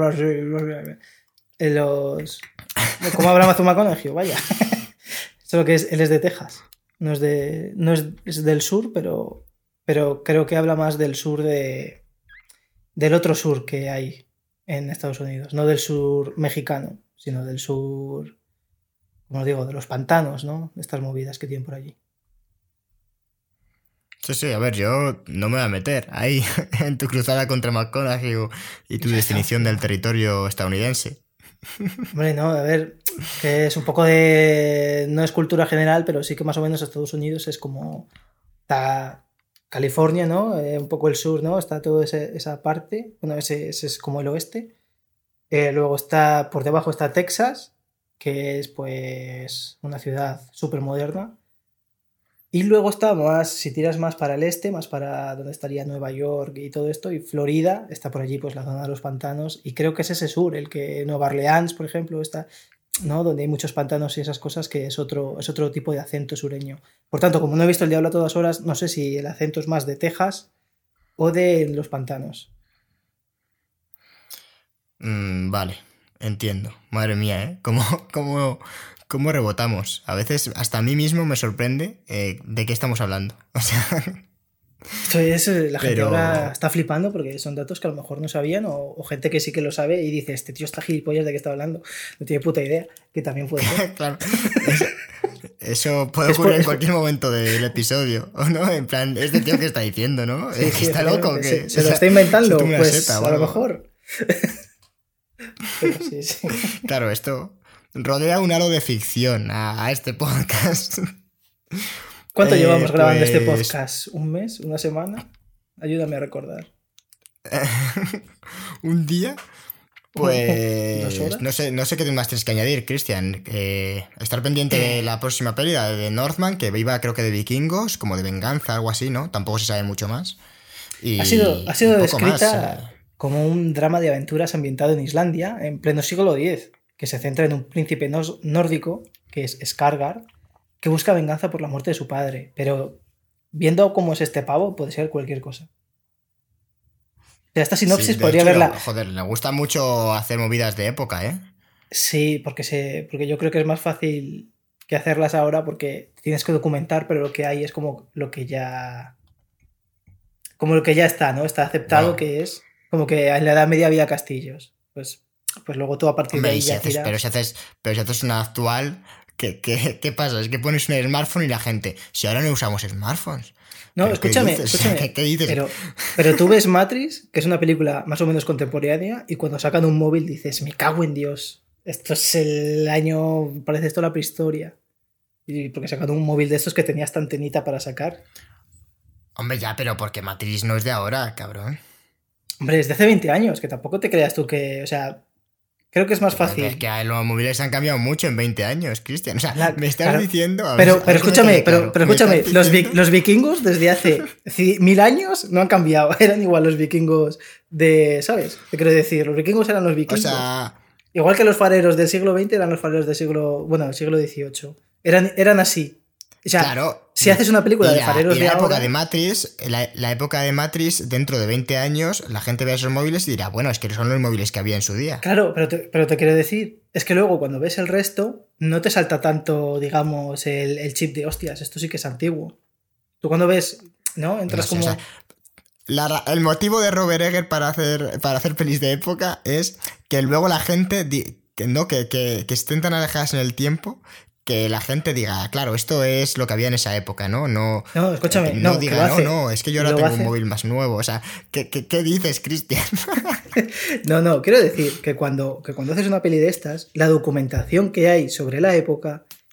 Los. ¿Cómo habla Matthew McConaughey? Vaya. Solo que él es de Texas. No es del sur, pero creo que habla más del sur del otro sur que hay en Estados Unidos. No del sur mexicano, sino del sur, como os digo, de los pantanos, ¿no? De estas movidas que tienen por allí. Sí, a ver, yo no me voy a meter ahí en tu cruzada contra McConaughey y tu Ya está, definición del pero... territorio estadounidense. Hombre, no, a ver, que es un poco de... No es cultura general, pero sí que más o menos Estados Unidos es como... Está California, ¿no? Un poco el sur, ¿no? Está toda esa parte. Bueno, ese es como el oeste. Luego está, por debajo está Texas, que es pues una ciudad súper moderna. Y luego está más, si tiras más para el este, más para donde estaría Nueva York y todo esto, y Florida, está por allí pues la zona de los pantanos, y creo que es ese sur, el que Nueva Orleans, por ejemplo, está, ¿no? Donde hay muchos pantanos y esas cosas, que es otro tipo de acento sureño. Por tanto, como no he visto el Diablo a todas horas, no sé si el acento es más de Texas o de los pantanos. Vale, entiendo. Madre mía, ¿eh? ¿Cómo rebotamos? A veces hasta a mí mismo me sorprende de qué estamos hablando. O sea, Entonces, la gente pero... ahora está flipando porque son datos que a lo mejor no sabían o gente que sí que lo sabe y dice, este tío está gilipollas de qué está hablando, no tiene puta idea, que también puede ser. Claro, eso puede Es ocurrir por- en cualquier momento del episodio, ¿o no? En plan, este tío que está diciendo, ¿no? Sí, Que sí, está loco, efectivamente. que Se o lo sea, está se inventando, toma una pues seta o a lo algo. mejor. Pero sí, sí. Claro, esto rodea un halo de ficción a este podcast. ¿Cuánto llevamos grabando este Pues podcast? ¿Un mes? ¿Una semana? Ayúdame a recordar. un día, 2 horas. pues no sé qué más tienes que añadir, Cristian. Estar pendiente de la próxima peli, la de Northman, que iba creo que de vikingos, como de venganza, algo así, ¿no? Tampoco se sabe mucho más. Ha sido, ha Y sido poco más. descrita como un drama de aventuras ambientado en Islandia en pleno siglo X, que se centra en un príncipe nórdico, que es Skargar, que busca venganza por la muerte de su padre. Pero viendo cómo es este pavo, puede ser cualquier cosa. O sea, esta Sí, sinopsis de podría hecho, verla. joder, le gusta mucho hacer movidas de época, ¿eh? Sí, porque yo creo que es más fácil que hacerlas ahora porque tienes que documentar, pero lo que hay es como lo que ya. Como lo que ya está, ¿no? Está aceptado Bueno, que es como que en la Edad Media había castillos. Pues luego tú a partir de hombre, ahí ya tiras. pero si haces una actual, ¿qué pasa? Es que pones un smartphone y la gente, si ahora no usamos smartphones. No, ¿Pero qué escúchame, dices? escúchame. ¿Qué dices? Pero tú ves Matrix, que es una película más o menos contemporánea, y cuando sacan un móvil dices, me cago en Dios. Esto es el año. Parece esto la prehistoria. Y porque sacaron un móvil de estos que tenía esta antenita para sacar. Hombre, ya, pero porque Matrix no es de ahora, cabrón. Hombre, es de hace 20 años, que tampoco te creas tú que. O sea, creo que es más Pero es fácil. que los móviles han cambiado mucho en 20 años, Cristian. O sea, me estás Claro, diciendo... A pero ver si me escúchame, quede claro. pero Me escúchame, estás diciendo... los vikingos desde hace 1000 años no han cambiado. Eran igual los vikingos de. ¿Sabes? Te quiero decir, los vikingos eran los O vikingos. sea, Igual que los fareros del siglo XX eran los fareros del siglo. Bueno, del siglo XVIII. Eran así. O sea, claro. si haces una película de fareros y de la época ahora. de Matrix, la época de Matrix, dentro de 20 años, la gente ve esos móviles y dirá, bueno, es que son los móviles que había en su día. Claro, pero te quiero decir, es que luego cuando ves el resto, no te salta tanto, digamos, el chip de hostias, esto sí que es antiguo. Tú cuando ves, ¿no? Entras No sé, como. o sea, el motivo de Robert Egger para hacer pelis de época es que luego la gente, que estén tan alejadas en el tiempo, que la gente diga, claro, esto es lo que había en esa época, ¿no? No, No, escúchame, no no, que diga, lo hace. no, es que yo ahora Lo tengo hace. un móvil más nuevo. O sea, ¿qué dices, Cristian? No, quiero decir que cuando haces una peli de estas, la documentación que hay sobre la época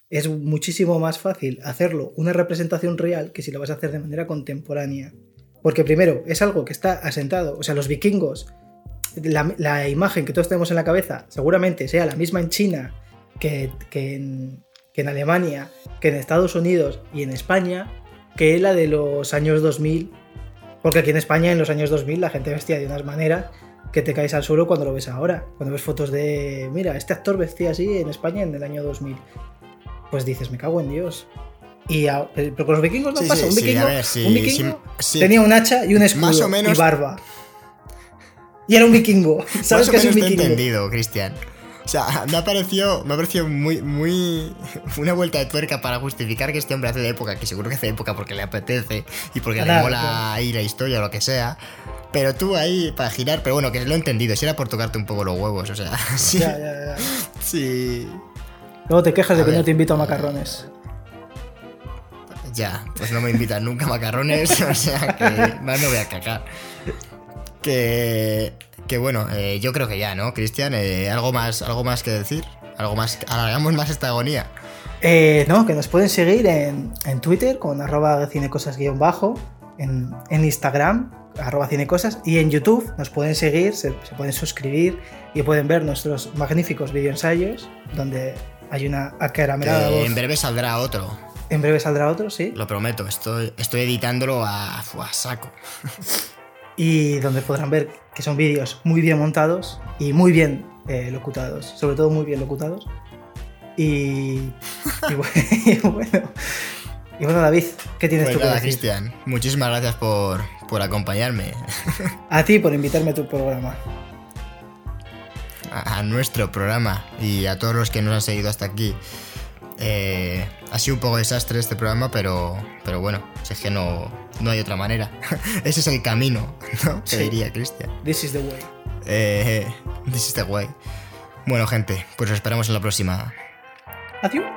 es muchísimo más fácil hacerlo una representación real que si lo vas a hacer de manera contemporánea. Porque primero, es algo que está asentado. O sea, los vikingos, la imagen que todos tenemos en la cabeza seguramente sea la misma en China que en Alemania, que en Estados Unidos y en España, que la de los años 2000. Porque aquí en España, en los años 2000, la gente vestía de unas maneras que te caes al suelo cuando lo ves ahora. Cuando ves fotos de, mira, este actor vestía así en España en el año 2000. Pues dices, me cago en Dios. Pero con los vikingos no pasa. Un vikingo tenía un hacha y un escudo más o menos, y barba. Y era un vikingo. ¿Sabes qué es un vikingo? Te he entendido, Cristian. O sea, me ha parecido muy una vuelta de tuerca para justificar que este hombre hace de época, que seguro que hace de época porque le apetece y porque le mola ahí la historia o lo que sea. Pero tú ahí para girar, pero bueno, que lo he entendido, si era por tocarte un poco los huevos, o sea, sí. Ya. Sí. Luego te quejas de que no te invito a macarrones. Ya, pues no me invitan nunca a macarrones, o sea que más no voy a cagar. Que bueno, yo creo que ya, ¿no, Cristian? ¿Algo más que decir? ¿Algo más? ¿Alargamos más esta agonía? No, que nos pueden seguir en Twitter con @cinecosas_, en Instagram @cinecosas, y en YouTube nos pueden seguir, se pueden suscribir y pueden ver nuestros magníficos videoensayos donde hay una acaramelada voz. En breve saldrá otro. En breve saldrá otro, sí. Lo prometo, estoy editándolo a saco. Y donde podrán ver que son vídeos muy bien montados y muy bien locutados, sobre todo muy bien locutados. Y bueno, David, ¿qué tienes tú que decir? Cristian, muchísimas gracias por acompañarme. A ti por invitarme a tu programa. A nuestro programa y a todos los que nos han seguido hasta aquí. Ha sido un poco desastre este programa, pero bueno, es que no hay otra manera. Ese es el camino, ¿no? Sí. Te diría, Cristian. This is the way. This is the way. Bueno, gente, pues os esperamos en la próxima. Adiós.